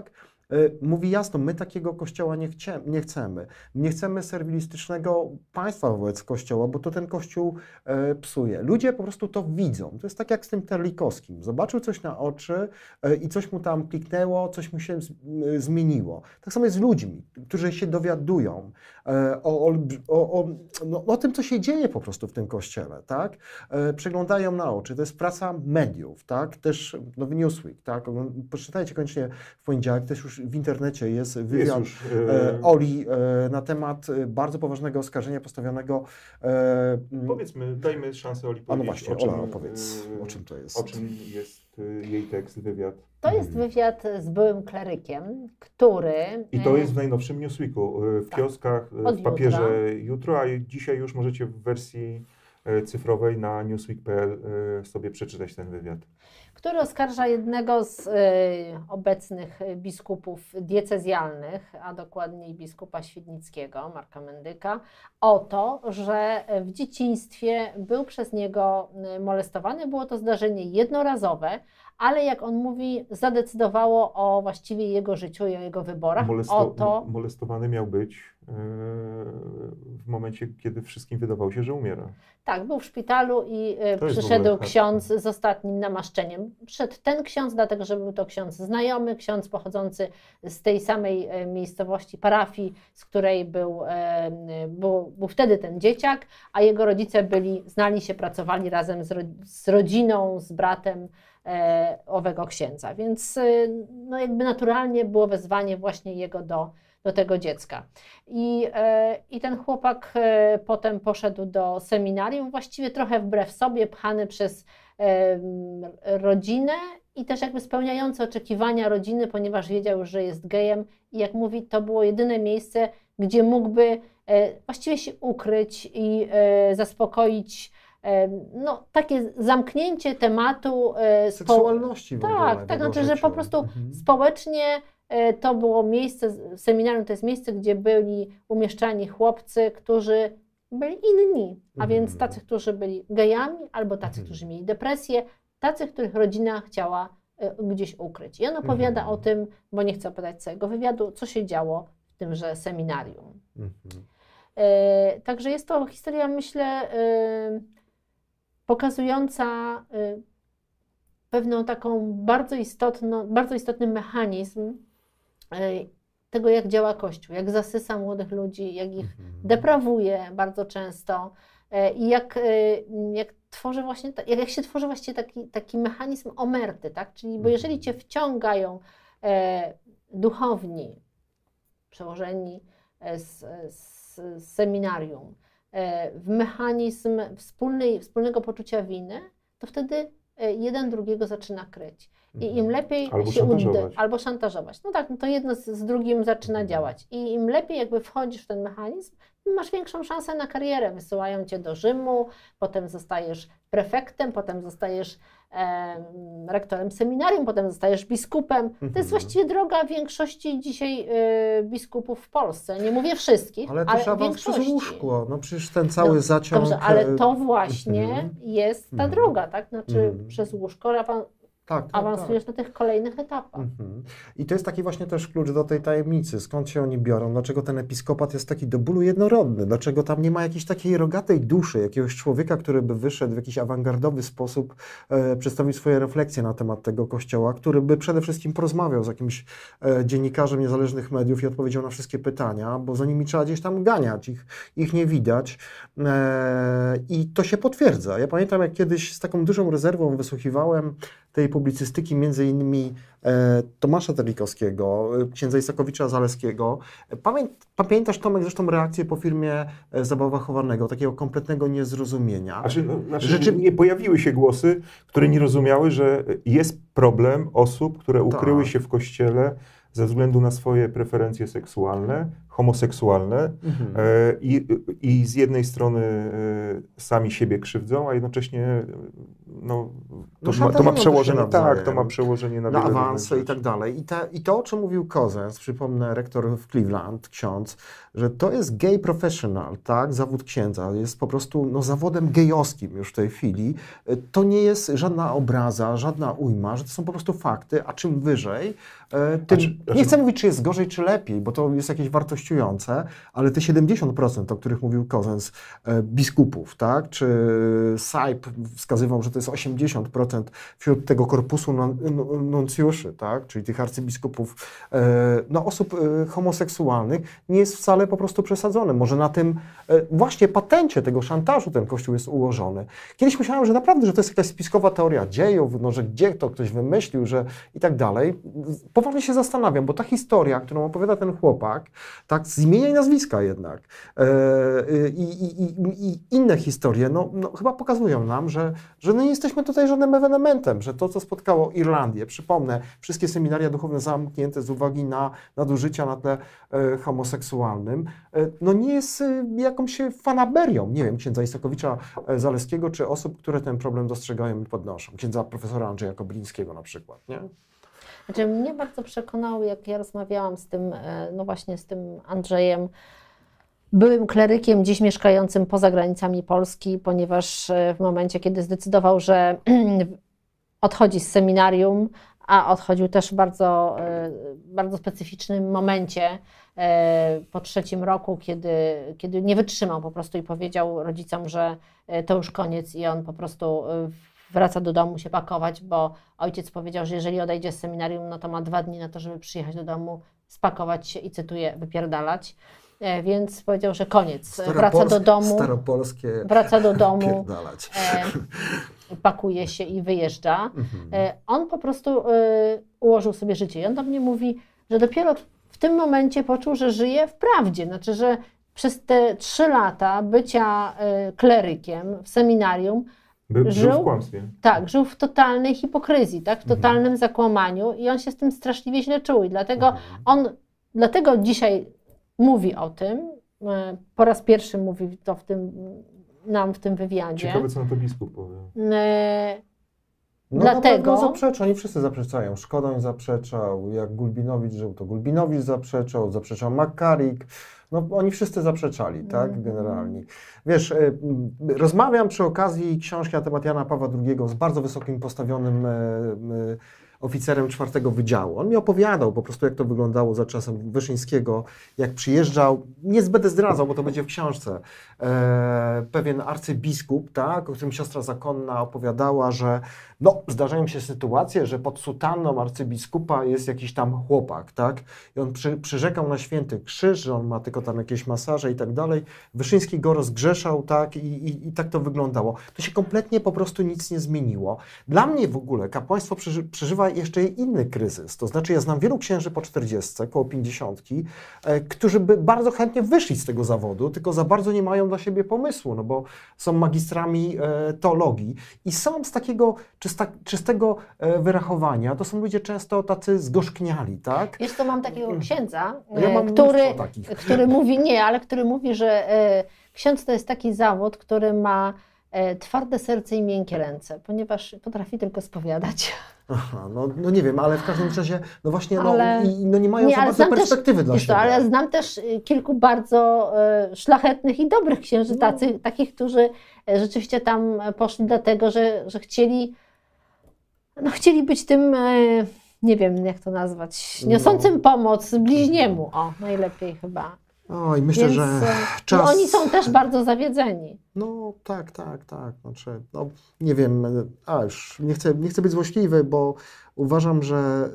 mówi jasno, my takiego kościoła nie, chcie, nie chcemy. Nie chcemy serwilistycznego państwa wobec kościoła, bo to ten kościół e, psuje. Ludzie po prostu to widzą. To jest tak jak z tym Terlikowskim. Zobaczył coś na oczy e, i coś mu tam kliknęło, coś mu się z, e, zmieniło. Tak samo jest z ludźmi, którzy się dowiadują e, o, o, o, no, o tym, co się dzieje po prostu w tym kościele. Tak? E, przeglądają na oczy. To jest praca mediów. Tak? Też Nowy Newsweek. Tak? Poczytajcie koniecznie w poniedziałek, też już w internecie jest wywiad jest już, e, Oli e, na temat bardzo poważnego oskarżenia postawionego. E, Powiedzmy, dajmy szansę Oli powiedzieć. A no właśnie, o czym, Ola, opowiedz, o czym to jest. O czym jest jej tekst, wywiad. To jest wywiad z byłym klerykiem, który... I to jest w najnowszym Newsweeku, w tak, kioskach, w papierze jutra. jutro, a dzisiaj już możecie w wersji cyfrowej na newsweek kropka p l sobie przeczytać ten wywiad. Który oskarża jednego z y, obecnych biskupów diecezjalnych, a dokładniej biskupa świdnickiego, Marka Mendyka, o to, że w dzieciństwie był przez niego molestowany. Było to zdarzenie jednorazowe, ale jak on mówi, zadecydowało o właściwie jego życiu i o jego wyborach. Molesto o to... Molestowany miał być yy, w momencie, kiedy wszystkim wydawało się, że umiera. Tak, był w szpitalu i y, przyszedł ksiądz z ostatnim namaszczeniem. Przyszedł ten ksiądz, dlatego że był to ksiądz znajomy, ksiądz pochodzący z tej samej y, miejscowości, parafii, z której był, y, był, był wtedy ten dzieciak, a jego rodzice byli, znali się, pracowali razem z, ro z rodziną, z bratem e, owego księdza. Więc y, no jakby naturalnie było wezwanie właśnie jego do do tego dziecka. I, e, i ten chłopak e, potem poszedł do seminarium, właściwie trochę wbrew sobie, pchany przez e, rodzinę i też jakby spełniający oczekiwania rodziny, ponieważ wiedział, że jest gejem i jak mówi, to było jedyne miejsce, gdzie mógłby e, właściwie się ukryć i e, zaspokoić e, no, takie zamknięcie tematu e, seksualności w ogóle. Tak, tak, znaczy, życiu. że po prostu mhm. społecznie to było miejsce, seminarium to jest miejsce, gdzie byli umieszczani chłopcy, którzy byli inni, a mm. więc tacy, którzy byli gejami, albo tacy, mm. którzy mieli depresję, tacy, których rodzina chciała gdzieś ukryć. I on opowiada mm. o tym, bo nie chcę opowiadać całego wywiadu, co się działo w tymże seminarium. Mm. E, także jest to historia, myślę, e, pokazująca e, pewną taką bardzo, istotną, bardzo istotny mechanizm tego, jak działa Kościół, jak zasysa młodych ludzi, jak ich deprawuje bardzo często i jak, jak tworzy właśnie, jak, jak się tworzy właściwie taki, taki mechanizm omerty, tak? Czyli, bo jeżeli cię wciągają e, duchowni, przełożeni z, z, z seminarium e, w mechanizm wspólnej, wspólnego poczucia winy, to wtedy jeden drugiego zaczyna kryć. I im lepiej albo się szantażować. albo szantażować. No tak, no to jedno z, z drugim zaczyna mhm. działać. I im lepiej jakby wchodzisz w ten mechanizm, masz większą szansę na karierę. Wysyłają cię do Rzymu, potem zostajesz prefektem, potem zostajesz e, rektorem seminarium, potem zostajesz biskupem. Mhm. To jest właściwie droga większości dzisiaj e, biskupów w Polsce. Nie mówię wszystkich, ale też ale awans przez łóżko. No przecież ten cały no, zaciąg... Dobrze, ale to właśnie mhm. jest ta mhm. droga, tak? Znaczy mhm. przez łóżko Tak, tak, awansujesz tak. na tych kolejnych etapach. Mhm. I to jest taki właśnie też klucz do tej tajemnicy. Skąd się oni biorą? Dlaczego ten episkopat jest taki do bólu jednorodny? Dlaczego tam nie ma jakiejś takiej rogatej duszy, jakiegoś człowieka, który by wyszedł w jakiś awangardowy sposób, e, przedstawił swoje refleksje na temat tego kościoła, który by przede wszystkim porozmawiał z jakimś e, dziennikarzem niezależnych mediów i odpowiedział na wszystkie pytania, bo za nimi trzeba gdzieś tam ganiać. Ich, ich nie widać. E, I to się potwierdza. Ja pamiętam, jak kiedyś z taką dużą rezerwą wysłuchiwałem tej publicystyki między innymi e, Tomasza Terlikowskiego, księdza Isakowicza-Zaleskiego. Pamię, pamiętasz, Tomek, zresztą reakcję po filmie Zabawa chowanego, takiego kompletnego niezrozumienia. Znaczy, no, znaczy Rzeczy... nie pojawiły się głosy, które nie rozumiały, że jest problem osób, które ukryły tak. się w kościele ze względu na swoje preferencje seksualne, homoseksualne Mhm. e, i, i z jednej strony e, sami siebie krzywdzą, a jednocześnie e, no, to, No ma, to ma szantażują przełożenie, się nawzajem. tak, to ma przełożenie na, na wiele awanse różnych i tak rzeczy. dalej. I, te, I to, o czym mówił Kozens, przypomnę, rektor w Cleveland, ksiądz, że to jest gay professional, tak, zawód księdza, jest po prostu no, zawodem gejowskim już w tej chwili. To nie jest żadna obraza, żadna ujma, że to są po prostu fakty, a czym wyżej, e, tym, czy- znaczy- nie chcę mówić, czy jest gorzej, czy lepiej, bo to jest jakieś wartościujące, ale te siedemdziesiąt procent, o których mówił Kozens, e, biskupów, tak, czy Saib wskazywał, że to jest osiemdziesiąt procent wśród tego korpusu nun- nun- nuncjuszy, tak, czyli tych arcybiskupów, e, no, osób e, homoseksualnych, nie jest wcale po prostu przesadzone. Może na tym e, właśnie patencie tego szantażu ten Kościół jest ułożony. Kiedyś myślałem, że naprawdę, że to jest jakaś spiskowa teoria dziejów, no, że gdzie to ktoś wymyślił, że i tak dalej. Poważnie się zastanawiam, bo ta historia, którą opowiada ten chłopak, tak, z imienia i nazwiska jednak, e, i, i, i, i inne historie, no, no, chyba pokazują nam, że, że no nie jesteśmy tutaj żadnym ewenementem, że to, co spotkało Irlandię, przypomnę, wszystkie seminaria duchowne zamknięte z uwagi na nadużycia na tle e, homoseksualnym, e, no nie jest e, jakąś fanaberią, nie wiem, księdza Isakowicza e, Zaleskiego, czy osób, które ten problem dostrzegają i podnoszą. Księdza profesora Andrzeja Koblińskiego na przykład, nie? Znaczy, mnie bardzo przekonało, jak ja rozmawiałam z tym, e, no właśnie z tym Andrzejem, byłym klerykiem dziś mieszkającym poza granicami Polski, ponieważ e, w momencie, kiedy zdecydował, że odchodzi z seminarium, a odchodził też w bardzo, e, bardzo specyficznym momencie, e, po trzecim roku, kiedy, kiedy nie wytrzymał po prostu i powiedział rodzicom, że e, to już koniec i on po prostu e, wraca do domu się pakować, bo ojciec powiedział, że jeżeli odejdzie z seminarium, no to ma dwa dni na to, żeby przyjechać do domu, spakować się i, cytuję, wypierdalać. E, więc powiedział, że koniec. Wraca do domu, Staropolskie wraca do domu, pierdalać. e, pakuje się i wyjeżdża. Mhm. E, on po prostu e, ułożył sobie życie. I on do mnie mówi, że dopiero w tym momencie poczuł, że żyje w prawdzie. Znaczy, że przez te trzy lata bycia e, klerykiem w seminarium By, Żył? żył w kłamstwie. tak, żył w totalnej hipokryzji, tak, w Mhm. totalnym zakłamaniu i on się z tym straszliwie źle czuł i dlatego Mhm. on, dlatego dzisiaj mówi o tym, e, po raz pierwszy mówi to w tym, nam w tym wywiadzie. Ciekawe, co na to biskup powie. E, No Dlatego- na pewno zaprzecza, oni wszyscy zaprzeczają. Szkodoń zaprzeczał, jak Gulbinowicz żył, to Gulbinowicz zaprzeczał, zaprzeczał Makarik. No oni wszyscy zaprzeczali, tak, Mhm. generalnie. Wiesz, y, y, rozmawiam przy okazji książki na temat Jana Pawła drugiego z bardzo wysokim postawionym y, y, oficerem czwartego Wydziału. On mi opowiadał po prostu, jak to wyglądało za czasem Wyszyńskiego, jak przyjeżdżał, nie będę zdradzał, bo to będzie w książce, e, pewien arcybiskup, tak, o którym siostra zakonna opowiadała, że no, zdarzają się sytuacje, że pod sutanną arcybiskupa jest jakiś tam chłopak, tak, i on przy, przyrzekał na święty krzyż, że on ma tylko tam jakieś masaże i tak dalej. Wyszyński go rozgrzeszał, tak, i, i, i tak to wyglądało. To się kompletnie po prostu nic nie zmieniło. Dla mnie w ogóle kapłaństwo przeży, przeżywa jeszcze inny kryzys, to znaczy ja znam wielu księży po czterdziestce, koło pięćdziesiątki, e, którzy by bardzo chętnie wyszli z tego zawodu, tylko za bardzo nie mają dla siebie pomysłu, no bo są magistrami e, teologii i są z takiego czysta, czystego e, wyrachowania, to są ludzie często tacy zgorzkniali, tak? Wiesz co, mam takiego księdza, Ja e, mam który, mnóstwo takich. który mówi, nie, ale który mówi, że e, ksiądz to jest taki zawód, który ma e, twarde serce i miękkie ręce, ponieważ potrafi tylko spowiadać. Aha, no, no nie wiem, ale w każdym razie, no właśnie, no, Ale- i, no nie mają Nie, za ale bardzo znam perspektywy też, dla wiesz siebie. co, ale znam też y, kilku bardzo y, szlachetnych i dobrych księży, No. tacy, takich, którzy y, rzeczywiście tam poszli dlatego, że, że chcieli, no, chcieli być tym, y, nie wiem jak to nazwać, niosącym No. pomoc bliźniemu, o, najlepiej chyba. Oj, myślę, Więc że y, czas... no, oni są też bardzo zawiedzeni. No tak, tak, tak. Znaczy, no, nie wiem, a już nie chcę, nie chcę być złośliwy, bo uważam, że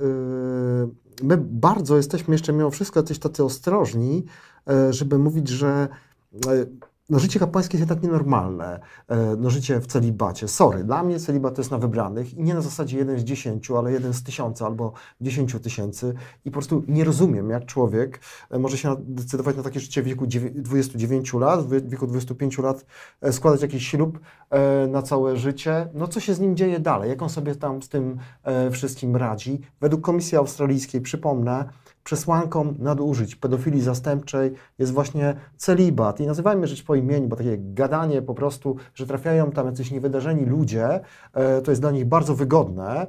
yy, my bardzo jesteśmy jeszcze mimo wszystko jacyś tacy ostrożni, yy, żeby mówić, że yy, no, życie kapłańskie jest jednak nienormalne. Yy, no, życie w celibacie. Sorry, dla mnie celibat to jest na wybranych i nie na zasadzie jeden z dziesięciu, ale jeden z tysiąca albo dziesięciu tysięcy. I po prostu nie rozumiem, jak człowiek yy, może się decydować na takie życie w wieku dwudziestu dziewięciu lat, w wieku dwudziestu pięciu lat, yy, składać jakiś ślub yy, na całe życie. No co się z nim dzieje dalej? Jak on sobie tam z tym yy, wszystkim radzi? Według Komisji Australijskiej, przypomnę, przesłanką nadużyć, pedofilii zastępczej jest właśnie celibat. I nazywajmy rzecz po imieniu, bo takie gadanie po prostu, że trafiają tam jacyś niewydarzeni ludzie, to jest dla nich bardzo wygodne.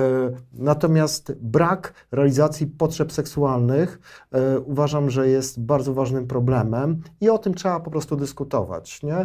Natomiast brak realizacji potrzeb seksualnych uważam, że jest bardzo ważnym problemem i o tym trzeba po prostu dyskutować, nie?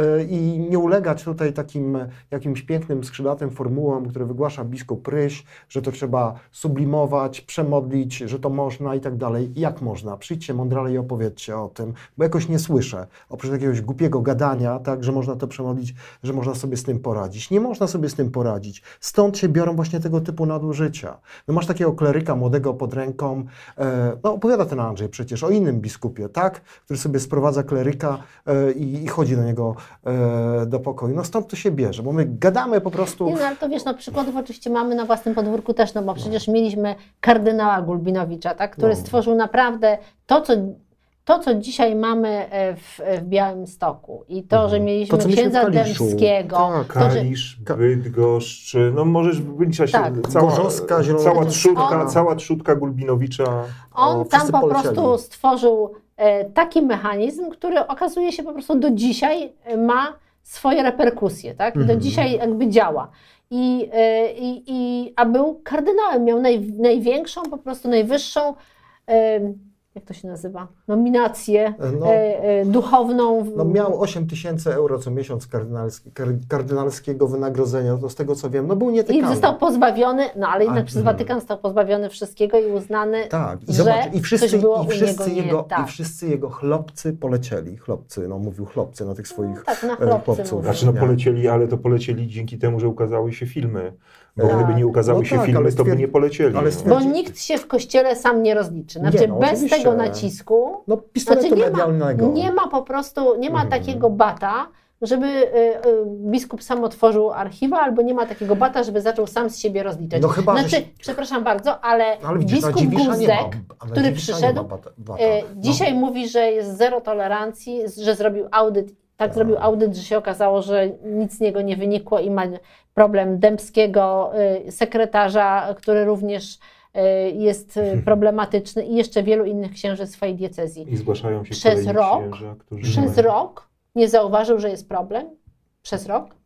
I nie ulegać tutaj takim jakimś pięknym, skrzydlatym formułom, które wygłasza biskup Ryś, że to trzeba sublimować, przemodlić, że to można i tak dalej. Jak można? Przyjdźcie mądrale i opowiedzcie o tym, bo jakoś nie słyszę. Oprócz jakiegoś głupiego gadania, tak, że można to przemodlić, że można sobie z tym poradzić. Nie można sobie z tym poradzić. Stąd się biorą właśnie tego typu nadużycia. No masz takiego kleryka młodego pod ręką, e, no opowiada ten Andrzej przecież o innym biskupie, tak, który sobie sprowadza kleryka e, i, i chodzi do niego e, do pokoju. No stąd to się bierze, bo my gadamy po prostu... Nie, no ale to wiesz, no przykładów oczywiście mamy na własnym podwórku też, no bo przecież mieliśmy kardynała Gulbinowicza, tak, który No. stworzył naprawdę to, co... To, co dzisiaj mamy w, w Białymstoku i to, Mhm. że mieliśmy To, co mieliśmy w księdza Kaliszu. Dębskiego, Tak, to, że, Kalisz, Bydgoszcz, no możesz wyliczać Tak. cała, Gorzowska, Zielona cała, Górska. trzódka, On- cała trzódka Gulbinowicza. on O, tam wszyscy po polecieli. prostu stworzył e, taki mechanizm, który okazuje się po prostu do dzisiaj e, ma swoje reperkusje, tak? I do Mhm. dzisiaj jakby działa. I, e, i, i, a był kardynałem, miał naj, największą, po prostu najwyższą, e, jak to się nazywa, nominację No. e, e, duchowną. w- No miał osiem tysięcy euro co miesiąc kardynalski, kar- kardynalskiego wynagrodzenia, to z tego co wiem, no był I nietykalny. został pozbawiony, no ale jednak A, przez mhm. Watykan został pozbawiony wszystkiego i uznany, Tak, i że zobacz, i wszyscy, coś było i u wszyscy, niego nie jego, tak. i wszyscy jego chłopcy polecieli, chłopcy, no mówił chłopcy na tych swoich No, tak, na e, chłopcy chłopców. mówił. Znaczy no nie? polecieli, ale to polecieli dzięki temu, że ukazały się filmy. Bo Tak. gdyby nie ukazały No się tak, filmy, ale to by stwierdzi- nie polecieli. ale no. stwierdzi- Bo nikt się w kościele sam nie rozliczy. Znaczy Nie, no, bez oczywiście. tego nacisku No pistoletu znaczy nie, ma, medialnego. nie ma po prostu, nie ma Mhm. takiego bata, żeby y, y, biskup sam otworzył archiwa, albo nie ma takiego bata, żeby zaczął sam z siebie rozliczać. No chyba, że znaczy, się- przepraszam bardzo, ale, Ale widzisz, na biskup Dziwisza nie ma, Guzdek, a na który Dziwisza nie przyszedł, ma bata- bata. e, No. dzisiaj mówi, że jest zero tolerancji, że zrobił audyt, tak Tak. zrobił audyt, że się okazało, że nic z niego nie wynikło i ma problem Dębskiego, y, sekretarza, który również y, jest y, problematyczny i jeszcze wielu innych księży w swojej diecezji. I zgłaszają się Przez kolejni rok- księża, którzy Przez mają- rok nie zauważył, że jest problem? Przez rok?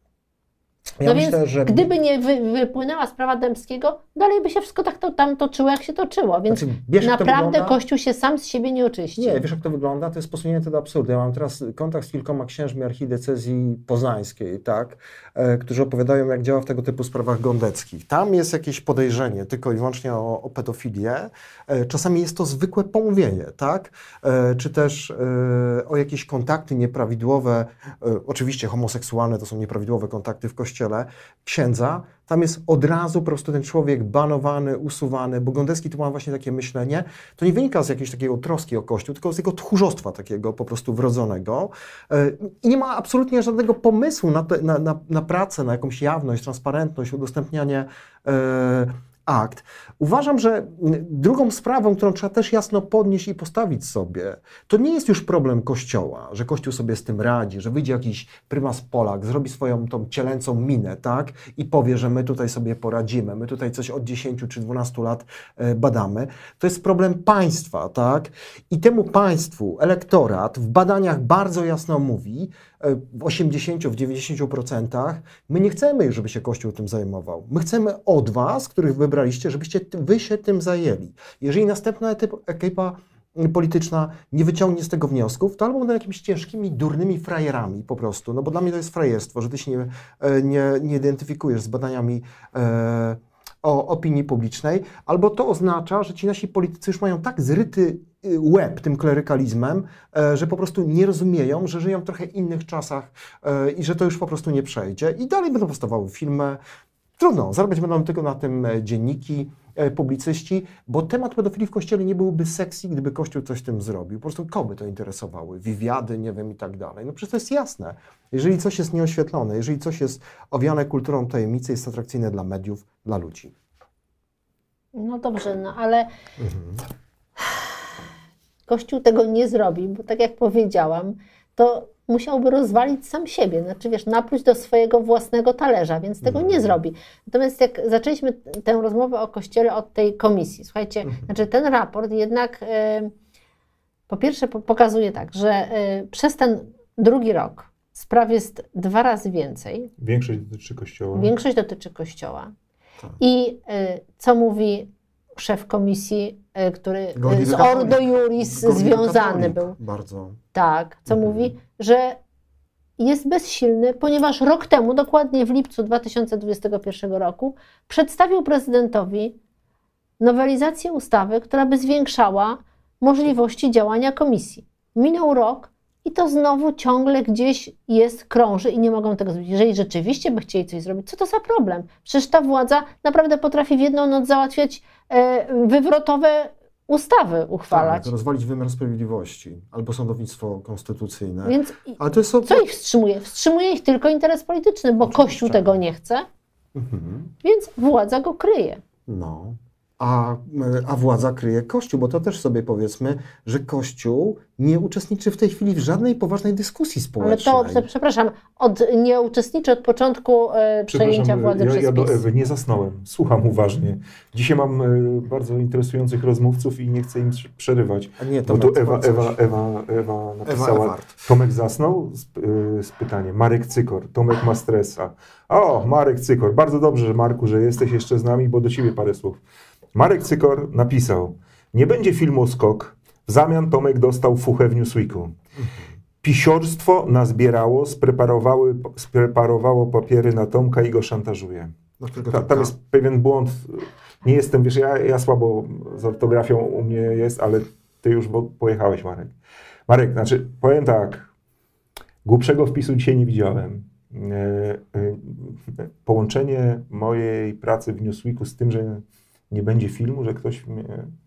Ja No myślę, więc że... gdyby nie wy, wypłynęła sprawa Dębskiego, dalej by się wszystko tak to, tam toczyło, jak się toczyło. Więc Znaczy, wiesz, jak to naprawdę wygląda? Kościół się sam z siebie nie oczyści. Nie, wiesz jak to wygląda? To jest posunięte do absurdu. Ja mam teraz kontakt z kilkoma księżmi archidiecezji poznańskiej, tak, e, którzy opowiadają, jak działa w tego typu sprawach gondeckich. Tam jest jakieś podejrzenie tylko i wyłącznie o, o pedofilię. E, czasami jest to zwykłe pomówienie, tak, e, czy też e, o jakieś kontakty nieprawidłowe, e, oczywiście homoseksualne to są nieprawidłowe kontakty w kościele, księdza. Tam jest od razu po prostu ten człowiek banowany, usuwany, bo Gondecki tu ma właśnie takie myślenie. To nie wynika z jakiejś takiego troski o Kościół, tylko z jego tchórzostwa takiego po prostu wrodzonego. E, I nie ma absolutnie żadnego pomysłu na, te, na, na, na pracę, na jakąś jawność, transparentność, udostępnianie e, akt. Uważam, że drugą sprawą, którą trzeba też jasno podnieść i postawić sobie, to nie jest już problem Kościoła, że Kościół sobie z tym radzi, że wyjdzie jakiś prymas Polak, zrobi swoją tą cielęcą minę, tak, i powie, że my tutaj sobie poradzimy, my tutaj coś od dziesięciu czy dwunastu lat e, badamy. To jest problem państwa, tak, i temu państwu elektorat w badaniach bardzo jasno mówi, e, w osiemdziesięciu, w dziewięćdziesięciu procentach, my nie chcemy już, żeby się Kościół tym zajmował. My chcemy od was, których wybraliście, żebyście ty- wy się tym zajęli. Jeżeli następna etyp- ekipa polityczna nie wyciągnie z tego wniosków, to albo będą jakimiś ciężkimi, durnymi frajerami po prostu, no bo dla mnie to jest frajerstwo, że ty się nie, e, nie, nie identyfikujesz z badaniami e, o opinii publicznej, albo to oznacza, że ci nasi politycy już mają tak zryty y, łeb tym klerykalizmem, e, że po prostu nie rozumieją, że żyją w trochę innych czasach e, i że to już po prostu nie przejdzie. I dalej będą powstawały filmy. Trudno, zarabiać będą tylko na tym e, dzienniki, e, publicyści, bo temat pedofilii w Kościele nie byłby sexy, gdyby Kościół coś z tym zrobił. Po prostu kogo by to interesowały? Wywiady, nie wiem, i tak dalej. No przecież to jest jasne. Jeżeli coś jest nieoświetlone, jeżeli coś jest owiane kulturą tajemnicy, jest atrakcyjne dla mediów, dla ludzi. No dobrze, no ale Mhm. Kościół tego nie zrobi, bo tak jak powiedziałam, to musiałby rozwalić sam siebie, znaczy wiesz, napluć do swojego własnego talerza, więc tego nie zrobi. Natomiast jak zaczęliśmy tę rozmowę o Kościele od tej komisji, słuchajcie, znaczy ten raport jednak y, po pierwsze po, pokazuje tak, że y, przez ten drugi rok spraw jest dwa razy więcej. Większość dotyczy Kościoła. Większość dotyczy Kościoła. Tak. I y, co mówi szef komisji, y, który y, z katolik. Ordo Juris Gorliwy związany katolik. był. Bardzo. Tak, co Mhm. mówi, że jest bezsilny, ponieważ rok temu, dokładnie w lipcu dwa tysiące dwudziestego pierwszego roku, przedstawił prezydentowi nowelizację ustawy, która by zwiększała możliwości działania komisji. Minął rok i to znowu ciągle gdzieś jest, krąży i nie mogą tego zrobić. Jeżeli rzeczywiście by chcieli coś zrobić, co to za problem? Przecież ta władza naprawdę potrafi w jedną noc załatwiać e, wywrotowe ustawy, uchwalać. Tak, rozwalić wymiar sprawiedliwości albo sądownictwo konstytucyjne. Więc Ale to jest o... co ich wstrzymuje? Wstrzymuje ich tylko interes polityczny, bo Oczywiście. Kościół tego nie chce, Mhm. więc władza go kryje. No. A, a władza kryje Kościół, bo to też sobie powiedzmy, że Kościół nie uczestniczy w tej chwili w żadnej poważnej dyskusji Ale społecznej. to, prze- przepraszam, od, nie uczestniczy od początku e, przejęcia władzy ja, przez ja do PiS. Ewy nie zasnąłem, słucham uważnie. Dzisiaj mam e, bardzo interesujących rozmówców i nie chcę im trz- przerywać. A nie, Bo Tomek, tu Ewa, coś. Ewa, Ewa, Ewa napisała, Ewart. Tomek zasnął z, y, z pytaniem. Marek Cykor, Tomek ma stresa. O, Marek Cykor, bardzo dobrze, że Marku, że jesteś jeszcze z nami, bo do ciebie parę słów. Marek Cykor napisał, nie będzie filmu o skok, w zamian Tomek dostał fuchę w Newsweeku. Pisiorstwo nazbierało, spreparowały, spreparowało papiery na Tomka i go szantażuje. No, tylko Ta, Tomka. tam jest pewien błąd. Nie jestem, wiesz, ja, ja słabo z ortografią u mnie jest, ale ty już bo- pojechałeś, Marek. Marek, znaczy, powiem tak, głupszego wpisu dzisiaj nie widziałem. E, e, połączenie mojej pracy w Newsweeku z tym, że nie będzie filmu, że ktoś mnie...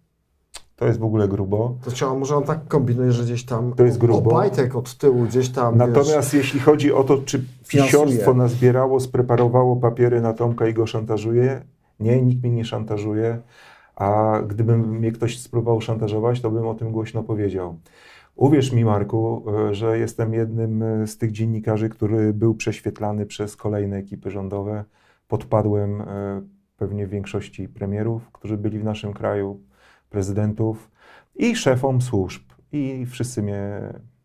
To jest w ogóle grubo. To trzeba, może on tak kombinuje, że gdzieś tam To jest grubo. Obajtek od tyłu, gdzieś tam, Natomiast jeśli chodzi o to, czy Finansuje. pisiorstwo nazbierało, spreparowało papiery na Tomka i go szantażuje, nie, nikt mnie nie szantażuje, a gdyby mnie ktoś spróbował szantażować, to bym o tym głośno powiedział. Uwierz mi, Marku, e, że jestem jednym e, z tych dziennikarzy, który był prześwietlany przez kolejne ekipy rządowe. Podpadłem e, pewnie większości premierów, którzy byli w naszym kraju, prezydentów i szefom służb. I wszyscy mnie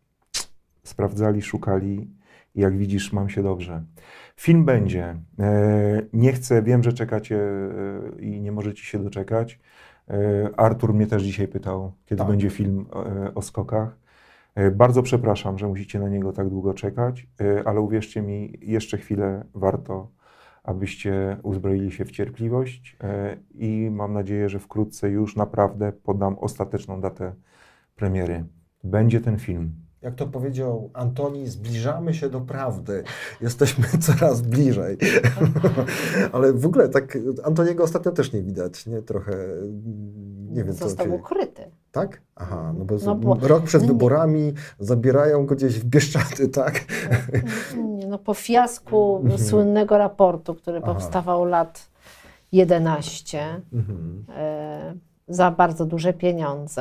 sprawdzali, szukali i jak widzisz, mam się dobrze. Film będzie. E, Nie chcę, wiem, że czekacie e, i nie możecie się doczekać. E, Artur mnie też dzisiaj pytał, kiedy Tak. będzie film e, o skokach. E, Bardzo przepraszam, że musicie na niego tak długo czekać, e, ale uwierzcie mi, jeszcze chwilę warto, abyście uzbroili się w cierpliwość e, i mam nadzieję, że wkrótce już naprawdę podam ostateczną datę premiery. Będzie ten film. Jak to powiedział Antoni, zbliżamy się do prawdy. Jesteśmy coraz bliżej. Ale w ogóle tak Antoniego ostatnio też nie widać, nie? Trochę, nie wiem co Został dzieje. ukryty. Tak? Aha, no bo, No bo- rok przed no nie. wyborami zabierają go gdzieś w Bieszczady, tak? Nie, no po fiasku Mhm. słynnego raportu, który Aha. powstawał lat jedenaście Mhm. e, za bardzo duże pieniądze.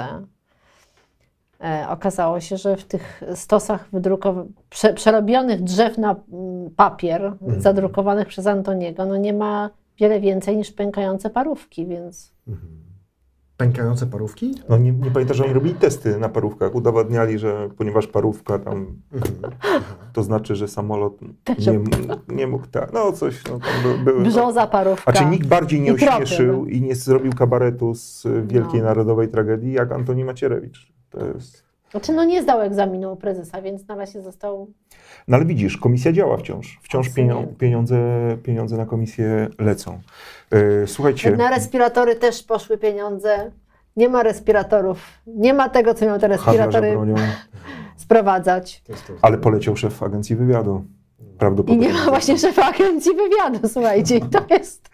E, okazało się, że w tych stosach wydrukow- prze, przerobionych drzew na mm, papier, Mhm. zadrukowanych przez Antoniego, no nie ma wiele więcej niż pękające parówki, więc Mhm. Pękające parówki? No nie, nie pamiętasz, że oni robili testy na parówkach, udowadniali, że ponieważ parówka tam, Mhm. to znaczy, że samolot Też nie, m- nie mógł tak, no coś, no tam by, były. No. brzoza parówka. A czy nikt bardziej nie I tropy, ośmieszył no. i nie zrobił kabaretu z y, wielkiej No. narodowej tragedii, jak Antoni Macierewicz? To jest... Znaczy, no nie zdał egzaminu u prezesa, więc na razie został... No ale widzisz, komisja działa wciąż. Wciąż pienio- Absolutnie. pieniądze, pieniądze na komisję lecą. E, słuchajcie, Na respiratory też poszły pieniądze. Nie ma respiratorów. Nie ma tego, co miał te handlarza respiratory bronią, sprowadzać. To jest to. ale poleciał szef agencji wywiadu. I Prawdopodobnie. nie ma właśnie szefa agencji wywiadu, słuchajcie. I to jest...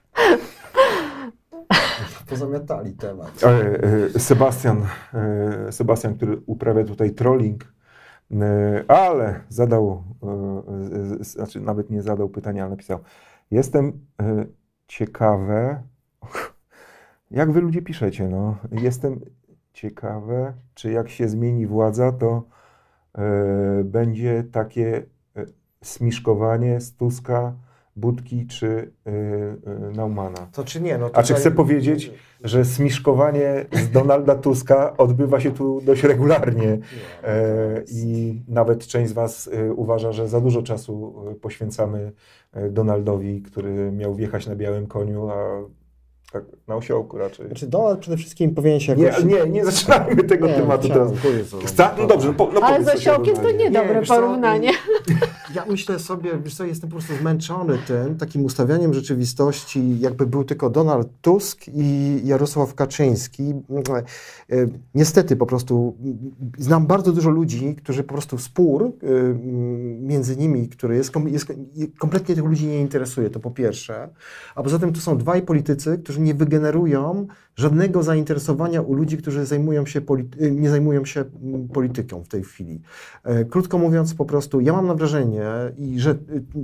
Pozamiatali temat. E, e, Sebastian, e, Sebastian, który uprawia tutaj trolling, e, ale zadał, e, e, znaczy nawet nie zadał pytania, ale napisał: jestem e, ciekawe, jak wy ludzie piszecie, no, jestem ciekawe, czy jak się zmieni władza, to e, będzie takie e, smiszkowanie z Tuska, Budki czy e, e, Naumana. To czy nie? No A czy tutaj- chcę powiedzieć, że smiszkowanie z Donalda Tuska odbywa się tu dość regularnie Nie, no e, to jest- i nawet część z Was e, uważa, że za dużo czasu e, poświęcamy e, Donaldowi, który miał wjechać na białym koniu, a tak na osiołku raczej. Znaczy Donald przede wszystkim powinien się Nie, jakoś... nie, nie zaczynajmy tego Nie, tematu chciałem, teraz. dziękuję za- Chca- No dobrze, no, po, no Ale powiedz z coś o osiołkiem to Donaldzie. niedobre wiesz co, porównanie. Ja myślę sobie, wiesz co, jestem po prostu zmęczony tym, takim ustawianiem rzeczywistości, jakby był tylko Donald Tusk i Jarosław Kaczyński. E, Niestety po prostu znam bardzo dużo ludzi, którzy po prostu spór e, między nimi, który jest, kom- jest kompletnie tych ludzi nie interesuje, to po pierwsze. A poza tym to są dwaj politycy, którzy nie wygenerują żadnego zainteresowania u ludzi, którzy zajmują się polity- nie zajmują się mm, polityką w tej chwili. E, Krótko mówiąc, po prostu ja mam wrażenie i że y,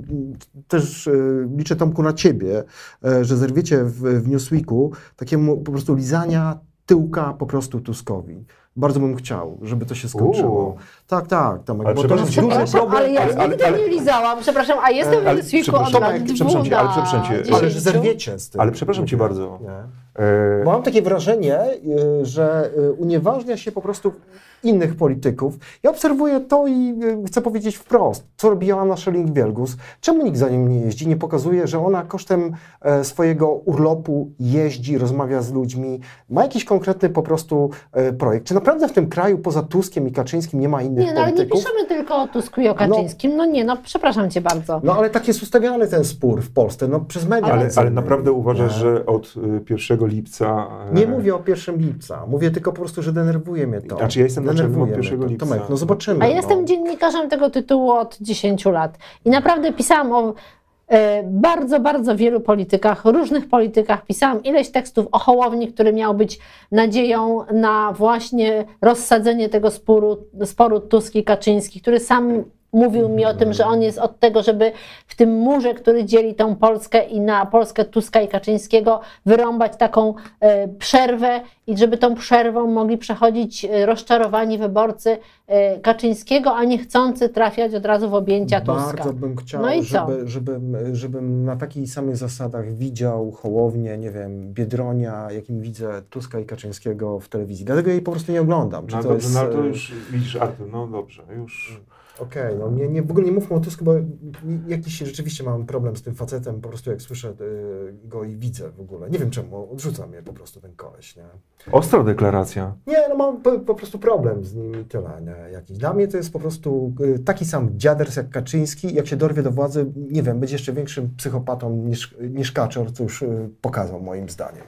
y, też y, liczę, Tomku, na ciebie, y, że zerwiecie w, w Newsweeku takiemu po prostu lizania tyłka po prostu Tuskowi. Bardzo bym chciał, żeby to się skończyło. Uuu. Tak, tak, Tomek, Ale bo to jest przepraszam, duży Przepraszam, problem. ale ja ale- ale- nigdy ale- nie lizałam, przepraszam, a jestem w ale- Newsweeku od przepraszam, lat Tomek, dwóch przepraszam cię, ale na przepraszam cię, dziesięciu. Ale że zerwiecie z tym. Ale przepraszam cię bardzo. Nie. E, Bo mam takie wrażenie, y, że y, unieważnia się po prostu innych polityków. Ja obserwuję to i y, chcę powiedzieć wprost, co robi Joanna Scheuring-Wielgus. Czemu nikt za nią nie jeździ, nie pokazuje, że ona kosztem e, swojego urlopu jeździ, rozmawia z ludźmi, ma jakiś konkretny po prostu e, projekt. Czy naprawdę w tym kraju poza Tuskiem i Kaczyńskim nie ma innych Nie, no ale nie polityków? piszemy tylko o Tusku i o Kaczyńskim. No nie, no przepraszam cię bardzo. No ale tak jest ustawiany ten spór w Polsce, no przez media. ale, między ale innymi. naprawdę uważasz, Nie. że od y, pierwszego lipca... e, Nie mówię o pierwszym lipca, mówię tylko po prostu, że denerwuje mnie to. Znaczy ja jestem naczelnym od Denerwuje mnie pierwszego to. lipca. Tomek, no zobaczymy. A no. jestem dziennikarzem tego tytułu od dziesięciu lat. I naprawdę pisałam o e, bardzo, bardzo wielu politykach, różnych politykach. Pisałam ileś tekstów o Hołowni, który miał być nadzieją na właśnie rozsadzenie tego sporu, sporu Tusk i Kaczyński, który sam mówił mi o tym, że on jest od tego, żeby w tym murze, który dzieli tą Polskę i na Polskę Tuska i Kaczyńskiego wyrąbać taką e, przerwę i żeby tą przerwą mogli przechodzić e, rozczarowani wyborcy e, Kaczyńskiego, a nie chcący trafiać od razu w objęcia Tuska. Bardzo bym chciał, No i co? żeby, żebym, żebym na takich samych zasadach widział Hołownię, nie wiem, Biedronia, jakim widzę Tuska i Kaczyńskiego w telewizji. Dlatego jej po prostu nie oglądam. Czy No to dobrze, jest, no ale to e, już widzisz, Artur, no dobrze, już... Okej, no nie, nie, w ogóle nie mówmy o Tusku, bo jakiś rzeczywiście mam problem z tym facetem, po prostu jak słyszę y, go i widzę w ogóle. Nie wiem czemu, odrzuca mnie po prostu ten koleś, nie? Ostra deklaracja. Nie, no mam po, po prostu problem z nim i tyle, nie? Jakiś. Dla mnie to jest po prostu y, taki sam dziaders jak Kaczyński, jak się dorwie do władzy, nie wiem, będzie jeszcze większym psychopatą niż, niż Kaczor, co już y, pokazał moim zdaniem.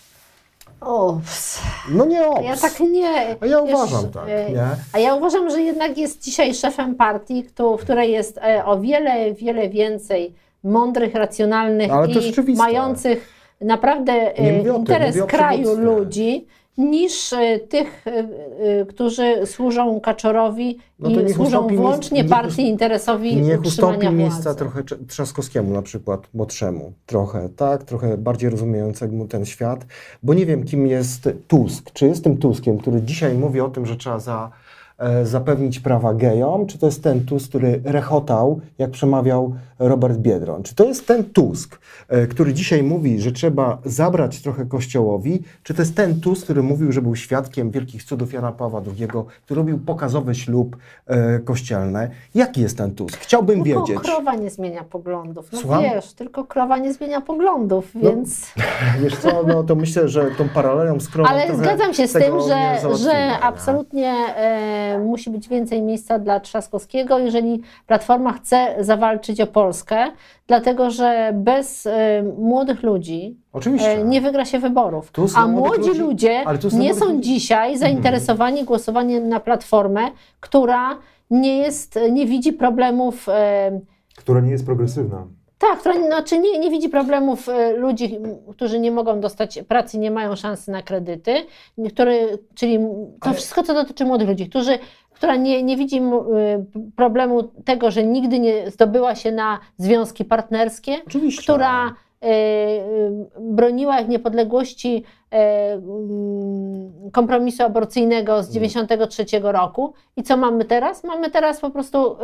Ups. No nie ops. Ja tak nie. A ja wiesz, uważam tak, e, nie? A ja uważam, że jednak jest dzisiaj szefem partii, kto- w której jest e, o wiele, wiele więcej mądrych, racjonalnych Ale to i oczywiste. mających naprawdę e, Nie mówię o tym, interes mówię o kraju przywództwie. ludzi, niż e, tych, e, e, którzy służą Kaczorowi No to i niech służą ustąpi wyłącznie miejsc- niech partii ust- interesowi Niech utrzymania ustąpi miejsca władzy. trochę Cz- Trzaskowskiemu na przykład, młodszemu, trochę, tak, trochę bardziej rozumiejącemu ten świat, bo nie wiem, kim jest Tusk. Czy jest tym Tuskiem, który dzisiaj mówi o tym, że trzeba za, e, zapewnić prawa gejom, czy to jest ten Tusk, który rechotał, jak przemawiał Robert Biedroń? Czy to jest ten Tusk, e, który dzisiaj mówi, że trzeba zabrać trochę Kościołowi, czy to jest ten Tusk, który mówił, że był świadkiem wielkich cudów Jana Pawła drugiego, który robił pokazowy ślub e, kościelny? Jaki jest ten Tusk? Chciałbym Tylko wiedzieć. krowa nie zmienia poglądów. No Słucham? wiesz, tylko krowa nie zmienia poglądów, No, więc... Wiesz co, no to myślę, że tą paralelą z krową Ale trochę zgadzam się z tego tym, nie że, załatwimy, że nie? absolutnie e, musi być więcej miejsca dla Trzaskowskiego, jeżeli Platforma chce zawalczyć o Polskę, dlatego że bez e, młodych ludzi Oczywiście. e, nie wygra się wyborów. Tu są A młodych młodzi ludzi, ludzie ale tu są nie młodych są ludzi. dzisiaj zainteresowani głosowaniem na Platformę, która nie jest, nie widzi problemów e, Która nie jest progresywna. tak, która znaczy nie, nie widzi problemów e, ludzi, m, którzy nie mogą dostać pracy, nie mają szansy na kredyty, który, czyli to Ale- wszystko, co dotyczy młodych ludzi, którzy, która nie, nie widzi m, y, problemu tego, że nigdy nie zdobyła się na związki partnerskie, Oczywiście. która broniła jak niepodległości kompromisu aborcyjnego z dziewięćdziesiątego trzeciego roku. I co mamy teraz? Mamy teraz po prostu...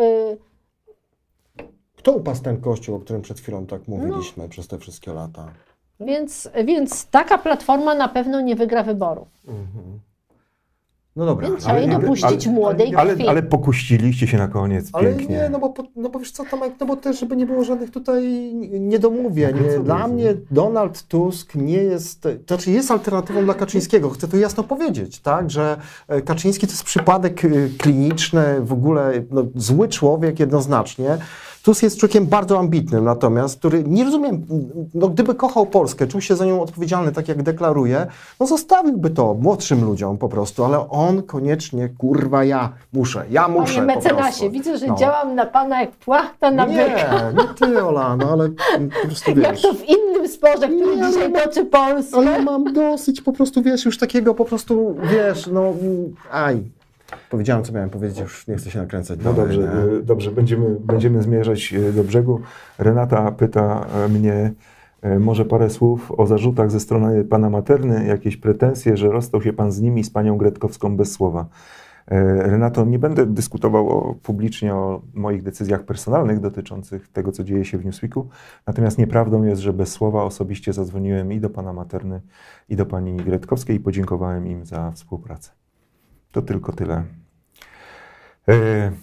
Kto upadł ten kościół, o którym przed chwilą tak mówiliśmy no. przez te wszystkie lata? Więc, więc taka platforma na pewno nie wygra wyborów. Mhm. No dobra. Więc trzeba jej dopuścić ale, młodej ale, krwi. ale, ale pokuściliście się na koniec ale pięknie. nie, no bo, no bo wiesz co, Tomek, no bo też, żeby nie było żadnych tutaj niedomówień. No, Nie, dla mnie Donald Tusk nie jest, to znaczy jest alternatywą dla Kaczyńskiego. Chcę tu jasno powiedzieć, tak, że Kaczyński to jest przypadek kliniczny, w ogóle no, zły człowiek jednoznacznie. Tusk jest człowiekiem bardzo ambitnym, natomiast, który, nie rozumiem, no gdyby kochał Polskę, czuł się za nią odpowiedzialny, tak jak deklaruje, no zostawiłby to młodszym ludziom po prostu, ale on koniecznie, kurwa, ja muszę, ja muszę Panie po mecenasie, prostu. widzę, że No. działam na pana jak płachta na Nie, byka. nie ty, Ola, no ale po prostu wiesz. Jak to w innym sporze, który Nie, dzisiaj ale- toczy Polskę. Ale mam dosyć po prostu, wiesz, już takiego po prostu, wiesz, no, mm, aj. Powiedziałem, co miałem powiedzieć, już nie chcę się nakręcać. No dalej, dobrze, nie? y, dobrze będziemy, będziemy zmierzać y, do brzegu. Renata pyta y, mnie, y, może parę słów o zarzutach ze strony pana Materny, jakieś pretensje, że rozstał się pan z nimi, z panią Gretkowską bez słowa. Y, Renato, nie będę dyskutował o, publicznie o moich decyzjach personalnych dotyczących tego, co dzieje się w Newsweeku, natomiast nieprawdą jest, że bez słowa osobiście zadzwoniłem i do pana Materny, i do pani Gretkowskiej i podziękowałem im za współpracę. To tylko tyle. E...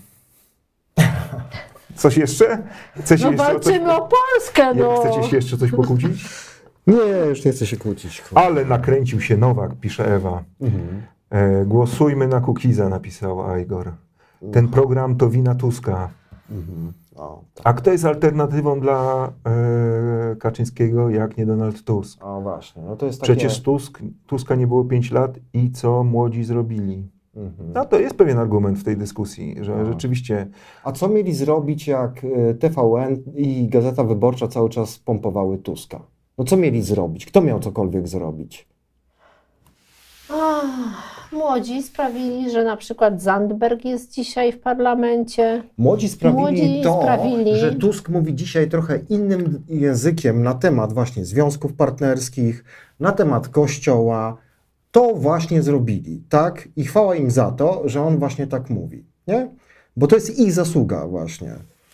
Coś jeszcze? Chcecie No jeszcze walczymy coś... o Polskę, Nie, no. Chcecie się jeszcze coś pokłócić? Nie, już nie chcę się kłócić. Ale nakręcił się Nowak, pisze Ewa. Mhm. E, głosujmy na Kukiza, napisał Igor. Ten program to wina Tuska. Mhm. O, tak. A kto jest alternatywą dla e, Kaczyńskiego, jak nie Donald Tusk? O właśnie, no to jest takie... Przecież Tusk, Tuska nie było pięć lat i co młodzi zrobili? Mhm. No to jest pewien argument w tej dyskusji, że No. rzeczywiście... A co mieli zrobić, jak e, T V N i Gazeta Wyborcza cały czas pompowały Tuska? No co mieli zrobić? Kto miał cokolwiek zrobić? Ach, młodzi sprawili, że na przykład Zandberg jest dzisiaj w parlamencie. Młodzi sprawili Młodzi to, sprawili- że Tusk mówi dzisiaj trochę innym językiem na temat właśnie związków partnerskich, na temat Kościoła. To właśnie zrobili, tak? I chwała im za to, że on właśnie tak mówi, nie? Bo to jest ich zasługa właśnie.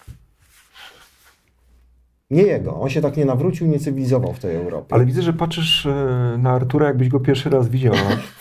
Nie jego. On się tak nie nawrócił, nie cywilizował w tej Europie. Ale widzę, że patrzysz e, na Artura, jakbyś go pierwszy raz widziała.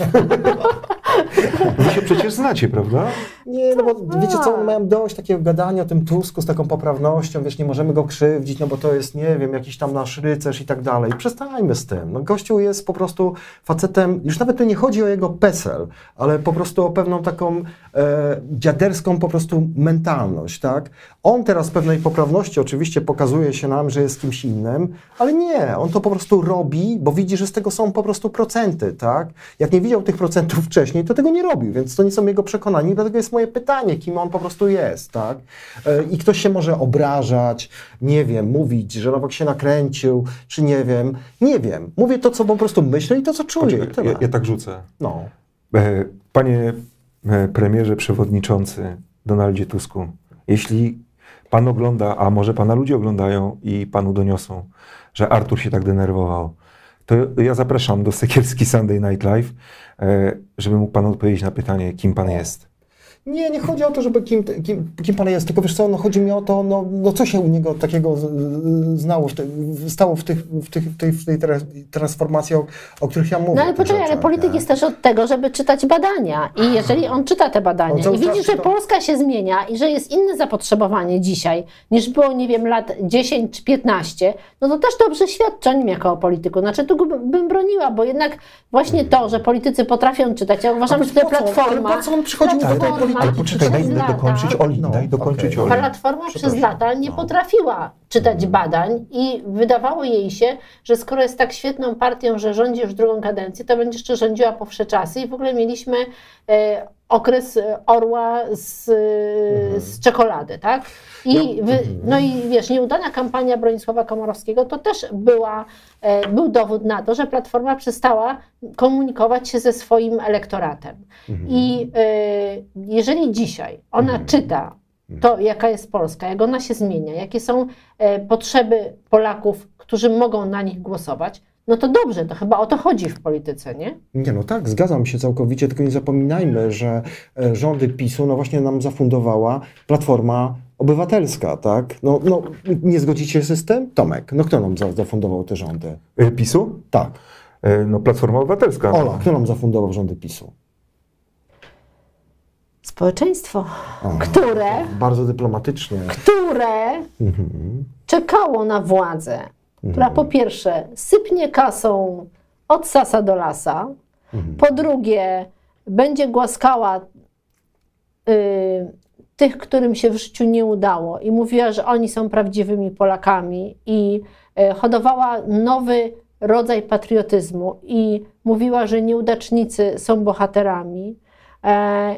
Wy się przecież znacie, prawda? Nie, no bo wiecie co, miałem dość takiego gadania o tym Tusku z taką poprawnością, wiesz, nie możemy go krzywdzić, no bo to jest, nie wiem, jakiś tam nasz rycerz i tak dalej. Przestańmy z tym. No gościu jest po prostu facetem, już nawet tu nie chodzi o jego PESEL, ale po prostu o pewną taką e, dziaderską po prostu mentalność, tak? On teraz w pewnej poprawności oczywiście pokazuje się nam, że jest kimś innym, ale nie, on to po prostu robi, bo widzi, że z tego są po prostu procenty, tak? Jak nie widział tych procentów wcześniej, to tego nie robił, więc to nie są jego przekonania, dlatego jest moje pytanie, kim on po prostu jest, tak? E, I ktoś się może obrażać, nie wiem, mówić, że Nowak się nakręcił, czy nie wiem, nie wiem. Mówię to, co po prostu myślę i to, co czuję. Poczekaj, Tyle. ja, ja tak rzucę. No. E, Panie e, premierze przewodniczący Donaldzie Tusku, jeśli pan ogląda, a może pana ludzie oglądają i panu doniosą, że Artur się tak denerwował, to ja zapraszam do Sekielski Sunday Night Live, e, żeby mógł pan odpowiedzieć na pytanie, kim pan jest. Nie, nie chodzi o to, żeby kim, kim, kim pan jest, tylko wiesz co, no chodzi mi o to, no, no co się u niego takiego z- znało, w te, stało w, tych, w, tych, w tej, w tej tra- transformacji, o, o których ja mówię. No ale tych poczekaj, ale rzeczach, polityk nie? jest też od tego, żeby czytać badania. I jeżeli on czyta te On badania cały i widzi, czas że czyta- Polska się zmienia i że jest inne zapotrzebowanie dzisiaj, niż było, nie wiem, lat dziesięć czy piętnaście, no to też dobrze świadczy o nim jako o polityku. Znaczy tu go bym broniła, bo jednak właśnie to, że politycy potrafią czytać, ja uważam, A że te po co? Ale platforma... po co on przychodził do tej Platforma polityki? Ale poczekaj, daj przez mi lata- dokończyć Oli, No, daj dokończyć okej. Oli. Platforma przez Przepraszam. lata nie No. potrafiła czytać badań i wydawało jej się, że skoro jest tak świetną partią, że rządzi już drugą kadencję, to będzie jeszcze rządziła po wsze czasy i w ogóle mieliśmy e, okres orła z, Mhm. z czekolady, tak? I wy, no i wiesz, nieudana kampania Bronisława Komorowskiego to też była, e, był dowód na to, że Platforma przestała komunikować się ze swoim elektoratem. Mhm. I e, jeżeli dzisiaj ona czyta to, jaka jest Polska, jak ona się zmienia, jakie są e, potrzeby Polaków, którzy mogą na nich głosować, no to dobrze, to chyba o to chodzi w polityce, nie? Nie, no tak, zgadzam się całkowicie, tylko nie zapominajmy, że e, rządy PiSu no właśnie nam zafundowała Platforma Obywatelska, tak? No, no nie zgodzicie się z tym? Tomek, no kto nam za, zafundował te rządy? Y, PiSu? Tak. Y, No Platforma Obywatelska. Ola, kto nam zafundował rządy PiSu? Społeczeństwo, O, które, Bardzo dyplomatycznie. które Mhm. czekało na władzę, która po pierwsze sypnie kasą od sasa do lasa, Mhm. po drugie będzie głaskała y, tych, którym się w życiu nie udało i mówiła, że oni są prawdziwymi Polakami i y, hodowała nowy rodzaj patriotyzmu i mówiła, że nieudacznicy są bohaterami. E,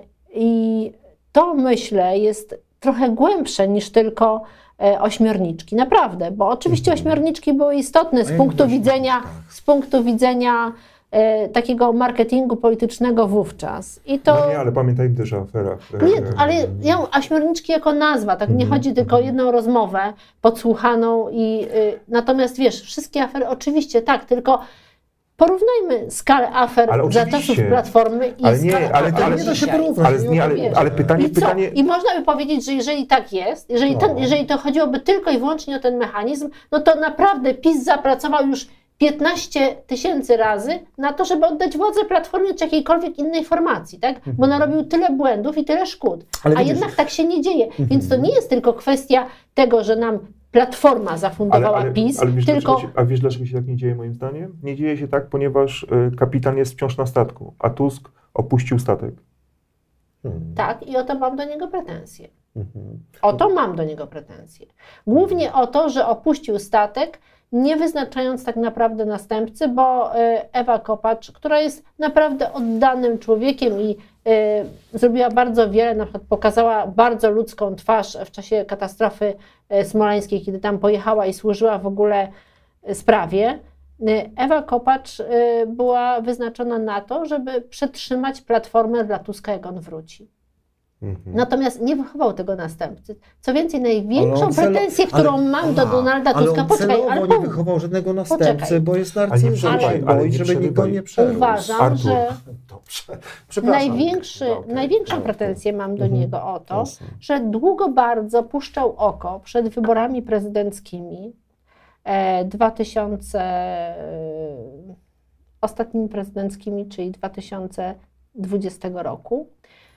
I to, myślę, jest trochę głębsze niż tylko e, ośmiorniczki. Naprawdę, bo oczywiście ośmiorniczki były istotne z ja punktu też widzenia, tak. z punktu widzenia e, takiego marketingu politycznego wówczas. I to... No nie, ale pamiętajmy też o aferach. Nie, E, ale ja ośmiorniczki jako nazwa, tak nie Mhm, chodzi tylko o mhm. jedną rozmowę podsłuchaną i y, natomiast wiesz, wszystkie afery oczywiście tak, tylko porównajmy skalę afer Ale za oczywiście. czasów Platformy i Ale nie, skalę ale- afer ale- nie da się dzisiaj. porównać. Ale, nie, ale, ale pytanie, I co? pytanie... I można by powiedzieć, że jeżeli tak jest, jeżeli, No. ten, jeżeli to chodziłoby tylko i wyłącznie o ten mechanizm, no to naprawdę PiS zapracował już piętnaście tysięcy razy na to, żeby oddać władzę Platformie czy jakiejkolwiek innej formacji, tak? Bo narobił tyle błędów i tyle szkód. Ale A widzisz- jednak tak się nie dzieje. Więc to nie jest tylko kwestia tego, że nam Platforma zafundowała PiS, wiesz, tylko... dlaczego się, a wiesz, dlaczego się tak nie dzieje moim zdaniem? Nie dzieje się tak, ponieważ y, kapitan jest wciąż na statku, a Tusk opuścił statek. Hmm. Tak, i o to mam do niego pretensje. Mhm. O to mam do niego pretensje. Głównie o to, że opuścił statek, nie wyznaczając tak naprawdę następcy, bo y, Ewa Kopacz, która jest naprawdę oddanym człowiekiem i y, zrobiła bardzo wiele, na przykład pokazała bardzo ludzką twarz w czasie katastrofy y, smoleńskiej, kiedy tam pojechała i służyła w ogóle y, sprawie. Y, Ewa Kopacz y, była wyznaczona na to, żeby przetrzymać platformę dla Tuska, jak on wróci. Mhm. Natomiast nie wychował tego następcy. Co więcej, największą Ale on celo- pretensję, którą ale- mam do Ola, Donalda ale Tuska, on poczekaj, celowo ale nie powiem. wychował żadnego następcy, Poczekaj. bo jest Ale nie narcyzem, przerywaj, się ale boi, nie żeby nikt go przerywaj. nie przerósł. Uważam, Artur. że Dobrze. Przepraszam. największy, No, okej. największą No, pretensję mam do Mhm. niego o to, Jasne. że długo bardzo puszczał oko przed wyborami prezydenckimi e, dwa tysiące e, ostatnimi prezydenckimi, czyli dwa tysiące dwudziestego roku,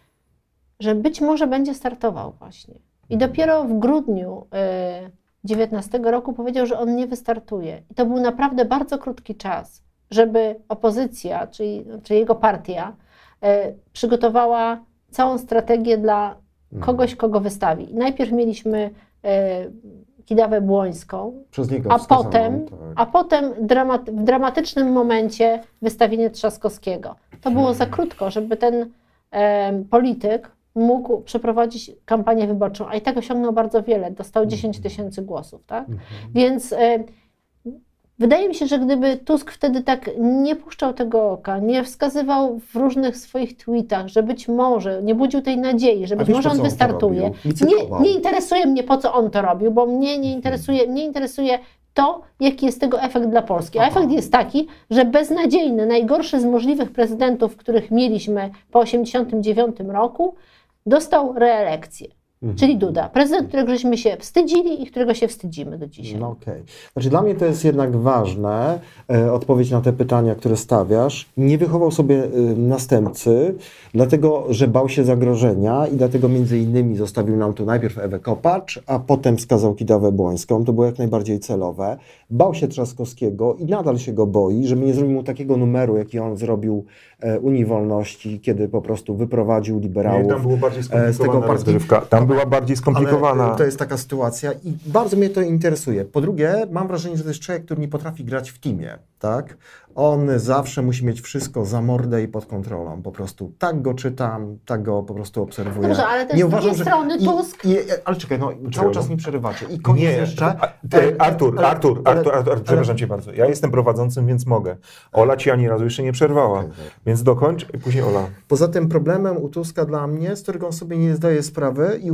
że być może będzie startował właśnie. I dopiero w grudniu e, dziewiętnastego roku powiedział, że on nie wystartuje. I to był naprawdę bardzo krótki czas, żeby opozycja, czyli, czyli jego partia, e, przygotowała całą strategię dla kogoś, kogo wystawi. I najpierw mieliśmy e, Kidawę Błońską, Przez niego a wskazaną, potem, tak. a potem dramat, w dramatycznym momencie wystawienie Trzaskowskiego. To było za krótko, żeby ten e, polityk mógł przeprowadzić kampanię wyborczą, a i tak osiągnął bardzo wiele, dostał dziesięć tysięcy głosów, tak? Mhm. Więc e, wydaje mi się, że gdyby Tusk wtedy tak nie puszczał tego oka, nie wskazywał w różnych swoich tweetach, że być może, nie budził tej nadziei, że A być wiesz, może po on co on to wystartuje. robił? Nie, Licytował. nie interesuje mnie, po co on to robił, bo mnie nie interesuje, mnie interesuje to, jaki jest tego efekt dla Polski. A Aha. efekt jest taki, że beznadziejny, najgorszy z możliwych prezydentów, których mieliśmy po osiemdziesiątym dziewiątym roku, dostał reelekcję. Mhm. Czyli Duda, prezydent, którego żeśmy się wstydzili i którego się wstydzimy do dzisiaj. No okej. Znaczy dla mnie to jest jednak ważne, e, odpowiedź na te pytania, które stawiasz. Nie wychował sobie e, następcy, dlatego, że bał się zagrożenia i dlatego między innymi zostawił nam tu najpierw Ewę Kopacz, a potem wskazał Kidawę Błońską. To było jak najbardziej celowe. Bał się Trzaskowskiego i nadal się go boi, żeby nie zrobił mu takiego numeru, jaki on zrobił e, Unii Wolności, kiedy po prostu wyprowadził liberałów. Nie, tam było bardziej z tego skomplikowana partii- rozgrywka. Tam była bardziej skomplikowana. Ale y, to jest taka sytuacja i bardzo mnie to interesuje. Po drugie, mam wrażenie, że to jest człowiek, który nie potrafi grać w teamie, tak? On zawsze musi mieć wszystko za mordę i pod kontrolą. Po prostu tak go czytam, tak go po prostu obserwuję. Dobrze, ale też z drugiej strony i, Tusk- I, ale czekaj, no cały czas mi przerywacie. I koniec Nie, jeszcze. a, ty, Artur, ale- Artur, ale- Artur, Artur, ale- przepraszam cię bardzo. Ja jestem prowadzącym, więc mogę. Ola ci ani razu jeszcze nie przerwała. Okej, Więc dokończ i później Ola. Poza tym problemem u Tuska dla mnie, z którego on sobie nie zdaje sprawy i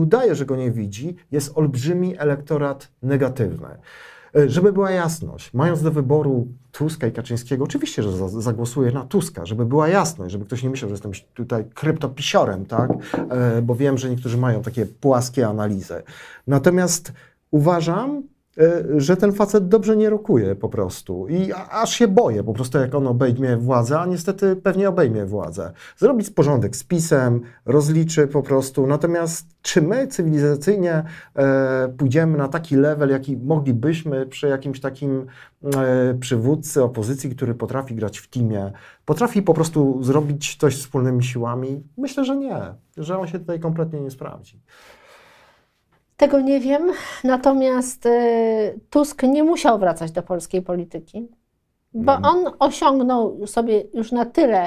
udaje, że go nie widzi, jest olbrzymi elektorat negatywny. Żeby była jasność, mając do wyboru Tuska i Kaczyńskiego, oczywiście, że za, zagłosuję na Tuska, żeby była jasność, żeby ktoś nie myślał, że jestem tutaj kryptopisiorem, tak? E, bo wiem, że niektórzy mają takie płaskie analizy. Natomiast uważam, że ten facet dobrze nie rokuje po prostu i aż się boję po prostu, jak on obejmie władzę, a niestety pewnie obejmie władzę. Zrobić porządek z PiS-em, rozliczy po prostu, natomiast czy my cywilizacyjnie e, pójdziemy na taki level, jaki moglibyśmy przy jakimś takim e, przywódcy opozycji, który potrafi grać w teamie, potrafi po prostu zrobić coś wspólnymi siłami? Myślę, że nie, że on się tutaj kompletnie nie sprawdzi. Tego nie wiem, natomiast y, Tusk nie musiał wracać do polskiej polityki, bo Mm. on osiągnął sobie już na tyle y,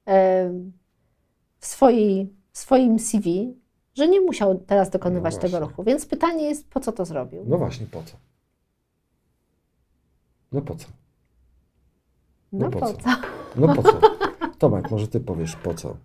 w swojej, swoim C V, że nie musiał teraz dokonywać No tego właśnie. ruchu. Więc pytanie jest, po co to zrobił? No właśnie, po co? No po co? No, no po po co? co? No po co? Tomek, może ty powiesz po co?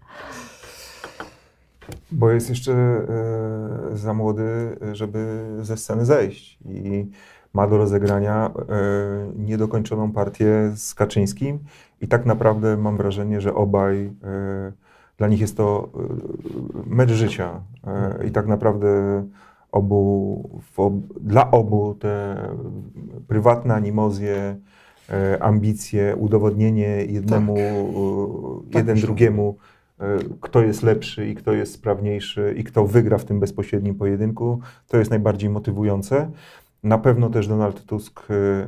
Bo jest jeszcze e, za młody, żeby ze sceny zejść i ma do rozegrania e, niedokończoną partię z Kaczyńskim i tak naprawdę mam wrażenie, że obaj, e, dla nich jest to e, mecz życia e, i tak naprawdę obu, w ob, dla obu te prywatne animozje, e, ambicje, udowodnienie jednemu, Tak. e, jeden myślę. drugiemu, kto jest lepszy i kto jest sprawniejszy i kto wygra w tym bezpośrednim pojedynku, to jest najbardziej motywujące. Na pewno też Donald Tusk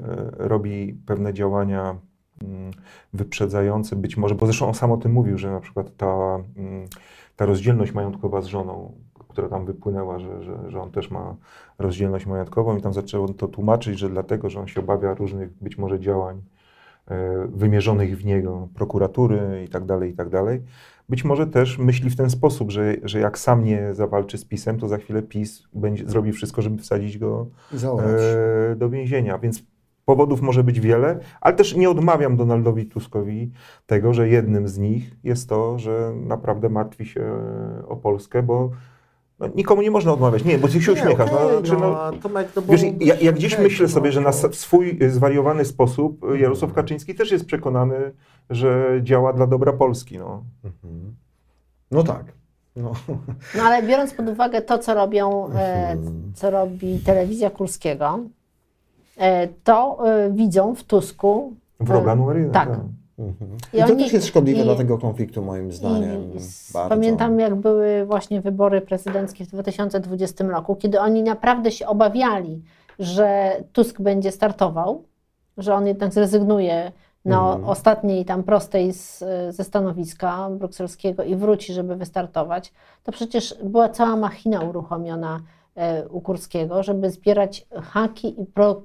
robi pewne działania wyprzedzające, być może, bo zresztą on sam o tym mówił, że na przykład ta, ta rozdzielność majątkowa z żoną, która tam wypłynęła, że, że, że on też ma rozdzielność majątkową i tam zaczął to tłumaczyć, że dlatego, że on się obawia różnych być może działań wymierzonych w niego prokuratury i tak dalej, i tak dalej. Być może też myśli w ten sposób, że, że jak sam nie zawalczy z PiS-em, to za chwilę PiS będzie, zrobi wszystko, żeby wsadzić go e, do więzienia. Więc powodów może być wiele, ale też nie odmawiam Donaldowi Tuskowi tego, że jednym z nich jest to, że naprawdę martwi się o Polskę, bo no, nikomu nie można odmawiać. Nie, bo ty się Nie, uśmiechasz. okej, no, znaczy, no, no, a Tomek, no bo- wiesz, ja, ja gdzieś okej, myślę no, sobie, że na to- s- swój zwariowany sposób Jarosław Kaczyński też jest przekonany, że działa dla dobra Polski. No. Mhm. No tak. No. No ale biorąc pod uwagę to, co robią, e, Mhm. co robi telewizja Kurskiego, e, to e, widzą w Tusku Wroga e, numer jeden. tak. Mhm. I I to oni- też jest szkodliwe i- dla tego konfliktu, moim zdaniem. I s- bardzo. pamiętam, jak były właśnie wybory prezydenckie w dwa tysiące dwudziestym roku, kiedy oni naprawdę się obawiali, że Tusk będzie startował, że on jednak zrezygnuje na Mhm. ostatniej tam prostej z, ze stanowiska brukselskiego i wróci, żeby wystartować. To przecież była cała machina uruchomiona e, u Kurskiego, żeby zbierać haki i pro,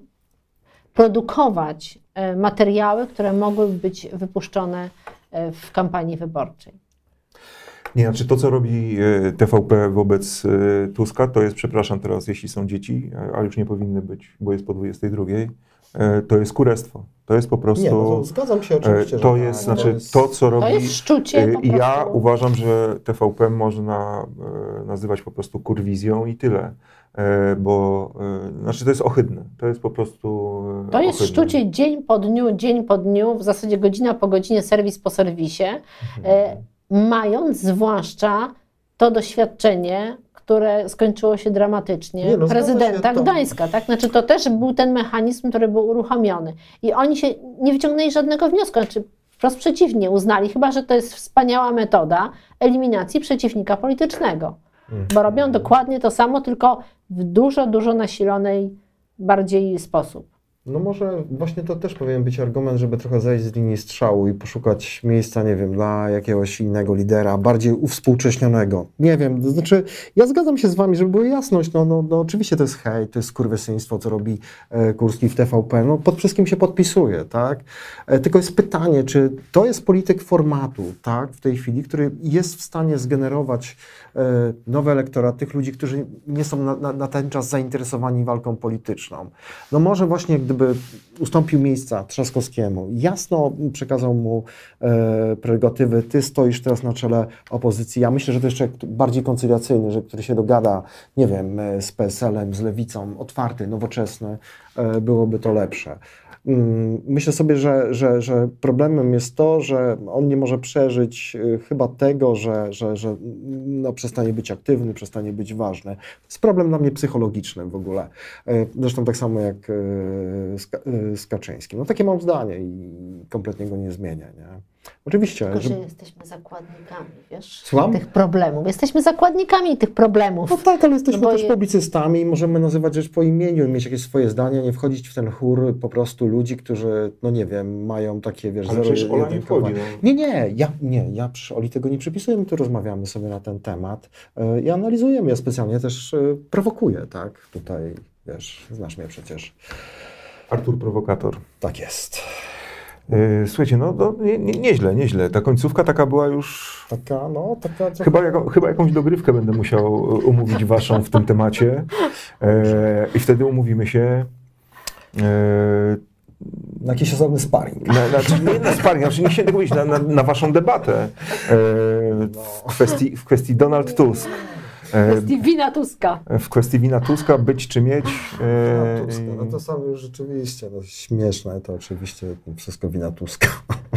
produkować e, materiały, które mogłyby być wypuszczone e, w kampanii wyborczej. Nie, znaczy to, co robi e, T V P wobec e, Tuska, to jest, przepraszam teraz, jeśli są dzieci, e, ale już nie powinny być, bo jest po dwudziestej drugiej, e, to jest kurestwo. To jest po prostu... Nie, no to zgadzam się e, oczywiście, to że jest, tak, znaczy jest- to, co robi... To jest szczucie po I ja prostu. uważam, że T V P można e, nazywać po prostu kurwizją i tyle, e, bo e, znaczy to jest ohydne, to jest po prostu e, To jest ohydne. szczucie dzień po dniu, dzień po dniu, w zasadzie godzina po godzinie, serwis po serwisie, e, mając zwłaszcza to doświadczenie, które skończyło się dramatycznie, Nie, no, zgadza prezydenta się to. Gdańska, tak? Znaczy to też był ten mechanizm, który był uruchomiony. I oni się nie wyciągnęli żadnego wniosku, znaczy wprost przeciwnie, uznali chyba, że to jest wspaniała metoda eliminacji przeciwnika politycznego. Bo robią dokładnie to samo, tylko w dużo, dużo nasilonej bardziej sposób. No może właśnie to też powinien być argument, żeby trochę zejść z linii strzału i poszukać miejsca, nie wiem, dla jakiegoś innego lidera, bardziej uwspółcześnionego. Nie wiem, to znaczy ja zgadzam się z wami, żeby była jasność, no, no, no oczywiście to jest hejt, to jest skurwysyństwo, co robi e, Kurski w T V P, no pod wszystkim się podpisuje, tak? E, tylko jest pytanie, czy to jest polityk formatu, tak, w tej chwili, który jest w stanie zgenerować e, nowy elektorat, tych ludzi, którzy nie są na, na, na ten czas zainteresowani walką polityczną. No może właśnie gdyby żeby ustąpił miejsca Trzaskowskiemu. Jasno przekazał mu e, prerogatywy. Ty stoisz teraz na czele opozycji. Ja myślę, że to jeszcze bardziej koncyliacyjny, że który się dogada, nie wiem, z P S L em, z Lewicą, otwarty, nowoczesny, e, byłoby to lepsze. Myślę sobie, że, że, że problemem jest to, że on nie może przeżyć chyba tego, że, że, że no przestanie być aktywny, przestanie być ważny. To jest problem dla mnie psychologiczny w ogóle. Zresztą tak samo jak z, z Kaczyńskim. No takie mam zdanie i kompletnie go nie zmienię. Nie? Oczywiście. Tylko, że że... jesteśmy zakładnikami, wiesz, Słucham? tych problemów. Jesteśmy zakładnikami tych problemów. No tak, ale jesteśmy No bo też je... publicystami i możemy nazywać rzecz po imieniu i mieć jakieś swoje zdania, nie wchodzić w ten chór po prostu ludzi, którzy, no nie wiem, mają takie, wiesz, Ale przecież Ola nie wchodzi. No. Nie, nie, ja, nie, ja przy Oli tego nie przypisuję, my tu rozmawiamy sobie na ten temat yy, i analizujemy. Ja specjalnie też yy, prowokuję, tak? Tutaj, wiesz, znasz mnie przecież. Artur Prowokator. Tak jest. Yy, słuchajcie, no, no nie, nie, nieźle, nieźle. Ta końcówka taka była już... Taka, no, taka... Trochę... Chyba, jako, chyba jakąś dogrywkę będę musiał umówić waszą w tym temacie yy, i wtedy umówimy się... Yy, na jakiś osobny sparring. Na, na, nie na sparring, znaczy nie chciałem tego powiedzieć, na, na, na waszą debatę yy, w, kwestii, w kwestii Donald Tusk. W kwestii wina Tuska. W kwestii wina Tuska, być czy mieć. Wina Tuska, no to samo już rzeczywiście, no śmieszne to oczywiście wszystko wina Tuska.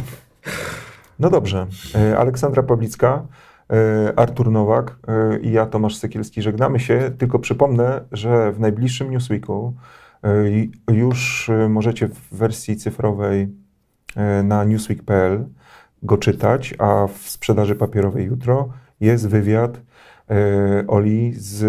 No dobrze. Aleksandra Pawlicka, Artur Nowak i ja, Tomasz Sekielski, żegnamy się. Tylko przypomnę, że w najbliższym Newsweeku już możecie w wersji cyfrowej na newsweek kropka p l go czytać, a w sprzedaży papierowej jutro jest wywiad Oli z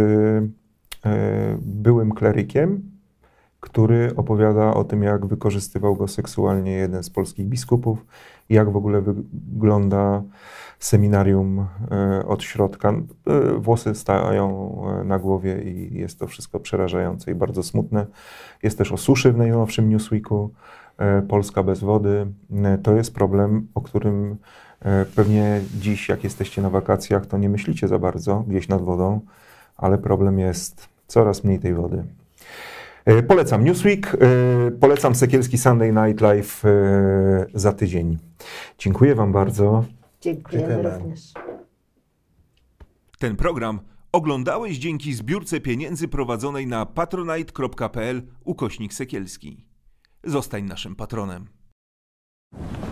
byłym klerykiem, który opowiada o tym, jak wykorzystywał go seksualnie jeden z polskich biskupów i jak w ogóle wygląda seminarium od środka. Włosy stają na głowie i jest to wszystko przerażające i bardzo smutne. Jest też o suszy w najnowszym Newsweeku. Polska bez wody. To jest problem, o którym pewnie dziś, jak jesteście na wakacjach, to nie myślicie za bardzo gdzieś nad wodą, ale problem jest coraz mniej tej wody. Polecam Newsweek, polecam Sekielski Sunday Night Live za tydzień. Dziękuję wam bardzo. Dziękujemy, Dziękujemy również. Ten program oglądałeś dzięki zbiórce pieniędzy prowadzonej na patronite kropka p l ukośnik Sekielski. Zostań naszym patronem.